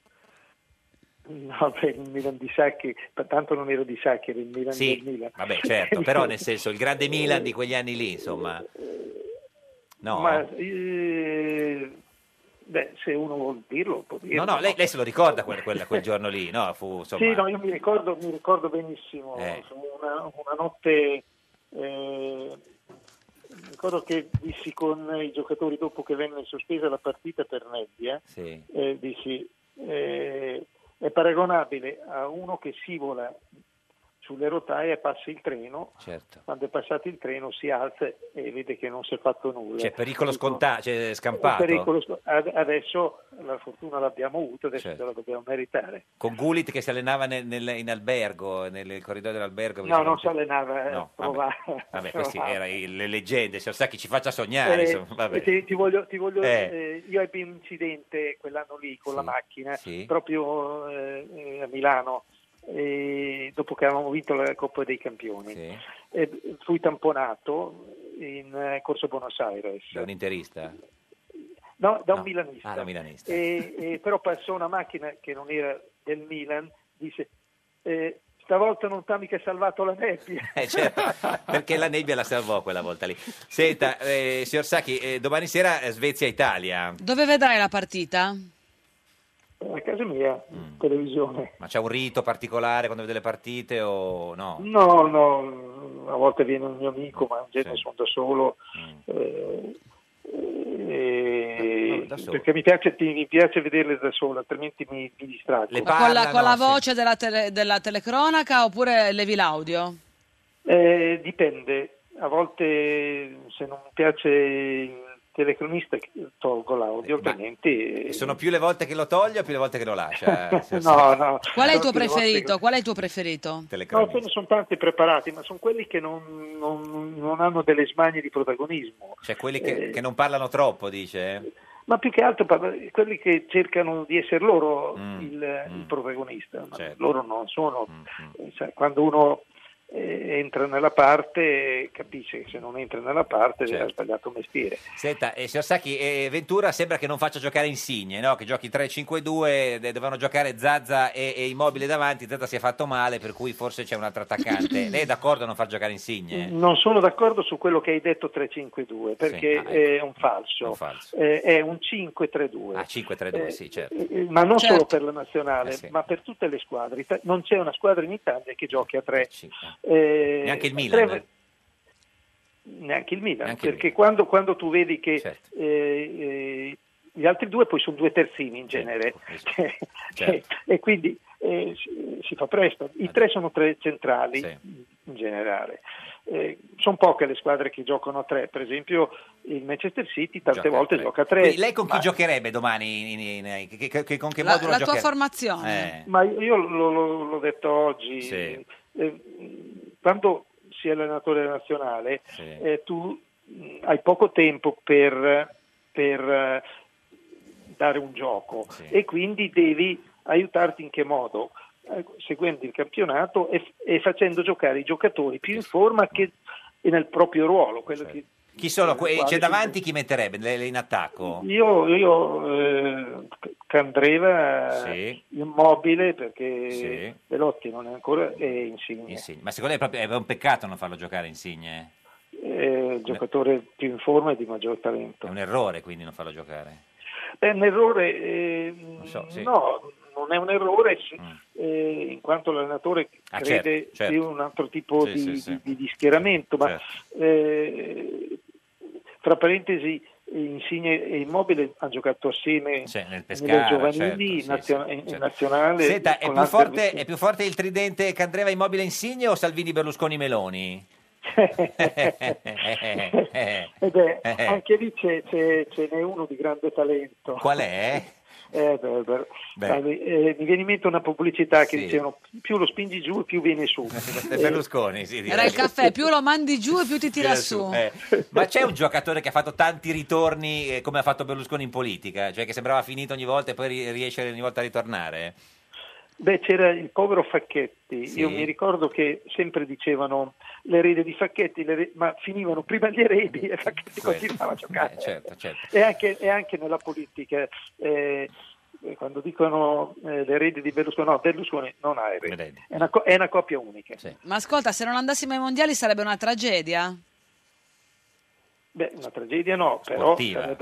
No, il Milan di Sacchi, tanto non ero di Sacchi, era il Milan del Milan. Vabbè, certo, però nel senso il grande Milan di quegli anni lì, insomma. No. Ma se uno vuol dirlo, può dirlo. No, lei se lo ricorda quel giorno lì, no? Fu, insomma... Sì, no, io mi ricordo benissimo. Una notte, mi ricordo che dissi con i giocatori dopo che venne sospesa la partita per nebbia, dissi è paragonabile a uno che scivola sulle rotaie e passa il treno, quando è passato il treno si alza e vede che non si è fatto nulla. C'è pericolo scampato. Adesso la fortuna l'abbiamo avuta, adesso ce la dobbiamo meritare. Con Gullit che si allenava in albergo, nel corridoio dell'albergo. No, non si allenava, no, provava. Vabbè, questi erano le leggende, signor Sacchi ci faccia sognare. Insomma, ti voglio io ebbi un incidente quell'anno lì con la macchina, proprio a Milano. Dopo che avevamo vinto la Coppa dei Campioni, fui tamponato in Corso Buenos Aires. Da un interista? No, da un milanista. Da milanista. Però passò una macchina che non era del Milan, disse stavolta non t'ha mica salvato la nebbia. Certo, perché la nebbia la salvò quella volta lì. Senta, signor Sacchi, domani sera Svezia-Italia. Dove vedrai la partita? A casa mia, televisione. Ma c'è un rito particolare quando vede le partite o no? No, a volte viene un mio amico, ma in genere sono da solo. Perché mi piace vederle da solo, altrimenti mi distraggo. Con la voce della telecronaca oppure levi l'audio? Dipende, a volte se non mi piace il telecronista tolgo l'audio, altrimenti... Sono più le volte che lo toglie o più le volte che lo lascia? No. Qual è il tuo preferito? Qual è il tuo preferito? No, ce ne sono tanti preparati, ma sono quelli che non hanno delle smanie di protagonismo. Cioè quelli che non parlano troppo, dice? Ma più che altro quelli che cercano di essere loro il protagonista. Certo. Loro non sono... Quando uno entra nella parte, capisce che se non entra nella parte ha sbagliato mestiere. Senta, signor Sacchi, Ventura sembra che non faccia giocare Insigne, no? Che giochi 3-5-2, dovevano giocare Zazza e Immobile davanti, Zazza si è fatto male, per cui forse c'è un altro attaccante. Lei è d'accordo a non far giocare Insigne? Non sono d'accordo su quello che hai detto 3-5-2, perché è un falso. È un 5-3-2. Ah, 5-3-2, sì, certo. Ma non solo per la nazionale, ma per tutte le squadre. Non c'è una squadra in Italia che giochi a 3. Neanche il Milan? Neanche il Milan, perché quando tu vedi che gli altri due poi sono due terzini in genere, e quindi si fa presto. I tre sono tre centrali in generale. Sono poche le squadre che giocano a 3, per esempio il Manchester City tante volte gioca a 3. Quindi lei con chi giocherebbe domani? Con che modulo la tua formazione? Ma io l'ho detto oggi, quando sei allenatore nazionale tu hai poco tempo per dare un gioco e quindi devi aiutarti in che modo? Seguendo il campionato e facendo giocare i giocatori più in forma che nel proprio ruolo. Chi sono? C'è davanti chi metterebbe in attacco? Io Candreva, Immobile, perché Belotti non è ancora, e Insigne. Ma secondo lei è un peccato non farlo giocare Insigne? Giocatore più in forma e di maggior talento. È un errore quindi non farlo giocare? È un errore, no, non è un errore in quanto l'allenatore crede in un altro tipo di schieramento, ma tra parentesi Insigne e Immobile hanno giocato assieme nel Pescara, giovanili in nazionale. Senta, è più forte il tridente Candreva Immobile Insigne o Salvini Berlusconi Meloni? Anche lì ce n'è uno di grande talento. Qual è? Mi viene in mente una pubblicità che dicevano più lo spingi giù e più viene su. Berlusconi, sì, Era il caffè, più lo mandi giù e più ti tira su. Ma c'è un giocatore che ha fatto tanti ritorni come ha fatto Berlusconi in politica? Cioè che sembrava finito ogni volta e poi riesce ogni volta a ritornare? Beh, c'era il povero Facchetti. Io mi ricordo che sempre dicevano l'erede di Facchetti, ma finivano prima gli eredi e Facchetti continuava a giocare. Certo. E anche nella politica, quando dicono l'erede di Berlusconi, no, Berlusconi non ha eredi, è una coppia unica. Ma ascolta, se non andassimo ai mondiali sarebbe una tragedia? Beh, una tragedia no, però sarebbe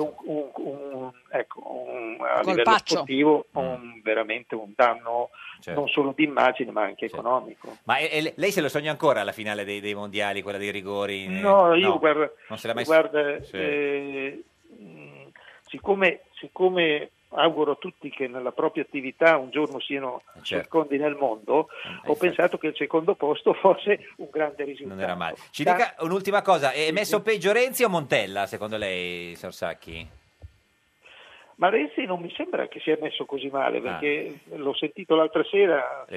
a livello sportivo veramente un danno non solo di immagine ma anche economico. Ma lei se lo sogna ancora alla finale dei mondiali, quella dei rigori? No, io guarda, non se l'ha mai siccome auguro a tutti che nella propria attività un giorno siano secondi nel mondo, ho pensato che il secondo posto fosse un grande risultato. Non era male. Ci dica un'ultima cosa, è messo peggio Renzi o Montella secondo lei, signor Sacchi? Ma Renzi non mi sembra che sia messo così male, perché l'ho sentito l'altra sera.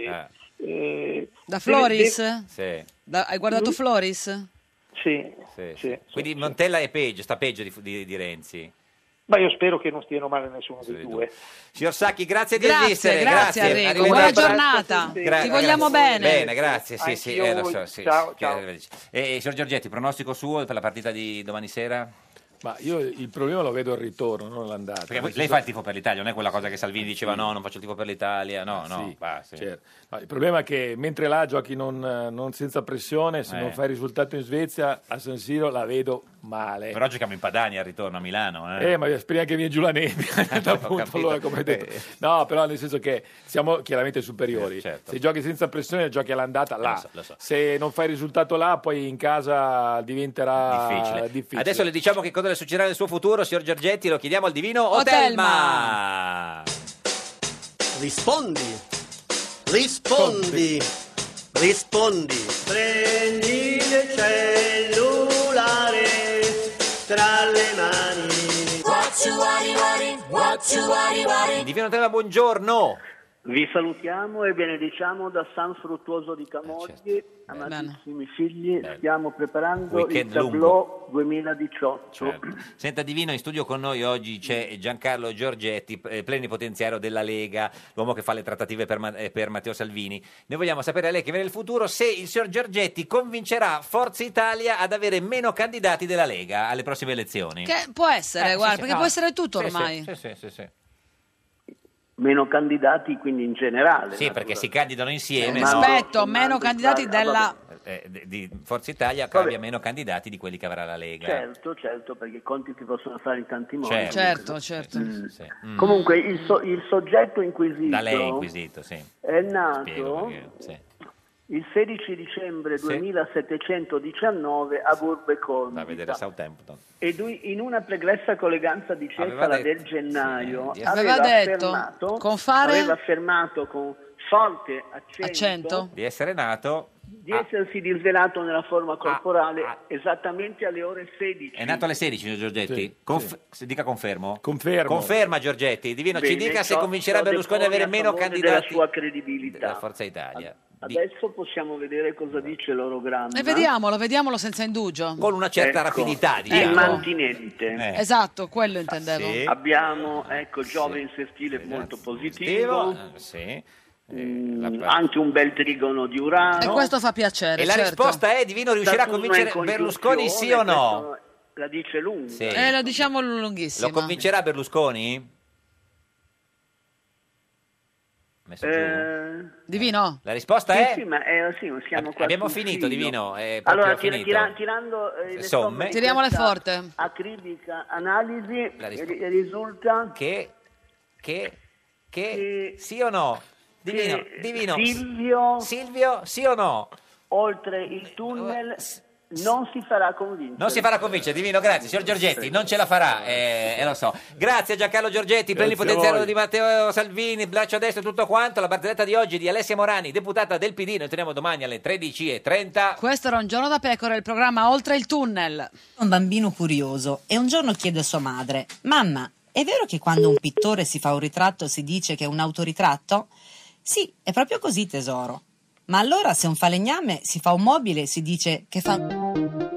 Da Floris? Hai guardato Floris? Sì. Quindi Montella è peggio, sta peggio di Renzi? Ma io spero che non stiano male nessuno dei due. Signor Sacchi, grazie di esistere. Grazie Enrico, buona giornata. Ti vogliamo bene. Bene, grazie. Sì, lo so. Ciao. E signor Giorgetti, pronostico suo per la partita di domani sera? Ma io il problema lo vedo al ritorno, non all'andata. Perché lei fa il tifo per l'Italia, non è quella cosa che Salvini diceva no, non faccio il tifo per l'Italia, Certo. No, il problema è che mentre là giochi non senza pressione, se non fai risultato in Svezia, a San Siro la vedo male. Però giochiamo in Padania al ritorno a Milano. Ma speriamo che viene giù la nebbia, appunto, allora, come detto. No, però nel senso che siamo chiaramente superiori. Certo. Se giochi senza pressione, giochi all'andata là. Lo so. Se non fai risultato là, poi in casa diventerà difficile. Adesso le diciamo che cosa le succederà nel suo futuro, signor Giorgetti, lo chiediamo al divino Otelma. Rispondi. Prendi il cellulare tra le mani. Il divino Otelma, buongiorno. Vi salutiamo e benediciamo da San Fruttuoso di Camogli, amatissimi figli, stiamo preparando Weekend il tableau 2018. Certo. Senta divino, in studio con noi oggi c'è Giancarlo Giorgetti, plenipotenziario della Lega, l'uomo che fa le trattative per Matteo Salvini. Noi vogliamo sapere da lei che vede il futuro se il signor Giorgetti convincerà Forza Italia ad avere meno candidati della Lega alle prossime elezioni. Che può essere, perché può essere tutto ormai. Sì. Meno candidati quindi in generale. Sì, perché si candidano insieme. Aspetto, meno candidati della... di Forza Italia che abbia meno candidati di quelli che avrà la Lega. Certo, perché i conti si possono fare in tanti modi. Certo. Comunque il soggetto inquisito, da lei inquisito, è nato il 16 dicembre 2719 a Burbe Condita. Da vedere Southampton. E lui in una pregressa colleganza di Cefala del gennaio aveva affermato con forte accento di essere nato, di essersi disvelato nella forma corporale esattamente alle ore 16. È nato alle 16, signor Giorgetti? Dica confermo. Conferma Giorgetti. Divino, Bene, ci dica se convincerà Berlusconi ad avere meno candidati della sua credibilità. della Forza Italia. Adesso possiamo vedere cosa dice l'orogramma. E vediamolo senza indugio. Con una certa rapidità, diciamo. Immantinente. Esatto, quello intendevo. Sì. Abbiamo, Giove in sestile molto positivo. Anche un bel trigono di Urano. E questo fa piacere. E la risposta è: Divino riuscirà a convincere Berlusconi, sì o no? La dice lunga. Sì. La diciamo lunghissima. Lo convincerà Berlusconi? Messo giù. Divino? La risposta è? Sì, ma siamo qua. Abbiamo finito, Divino. Allora, finito. tirando le somme, tiriamole forte. Acribica analisi, risulta che sì o no? Divino. Silvio, sì o no? oltre il tunnel non si farà convincere. Non si farà convincere, Divino, grazie. Signor Giorgetti, non ce la farà, lo so. Grazie a Giancarlo Giorgetti, plenipotenziario di Matteo Salvini, braccio destro, tutto quanto. La barzelletta di oggi di Alessia Morani, deputata del PD. Noi torniamo domani alle 13:30. Questo era Un giorno da pecora, il programma Oltre il tunnel. Un bambino curioso e un giorno chiede a sua madre: mamma, è vero che quando un pittore si fa un ritratto si dice che è un autoritratto? Sì, è proprio così, tesoro. Ma allora se un falegname si fa un mobile si dice che fa...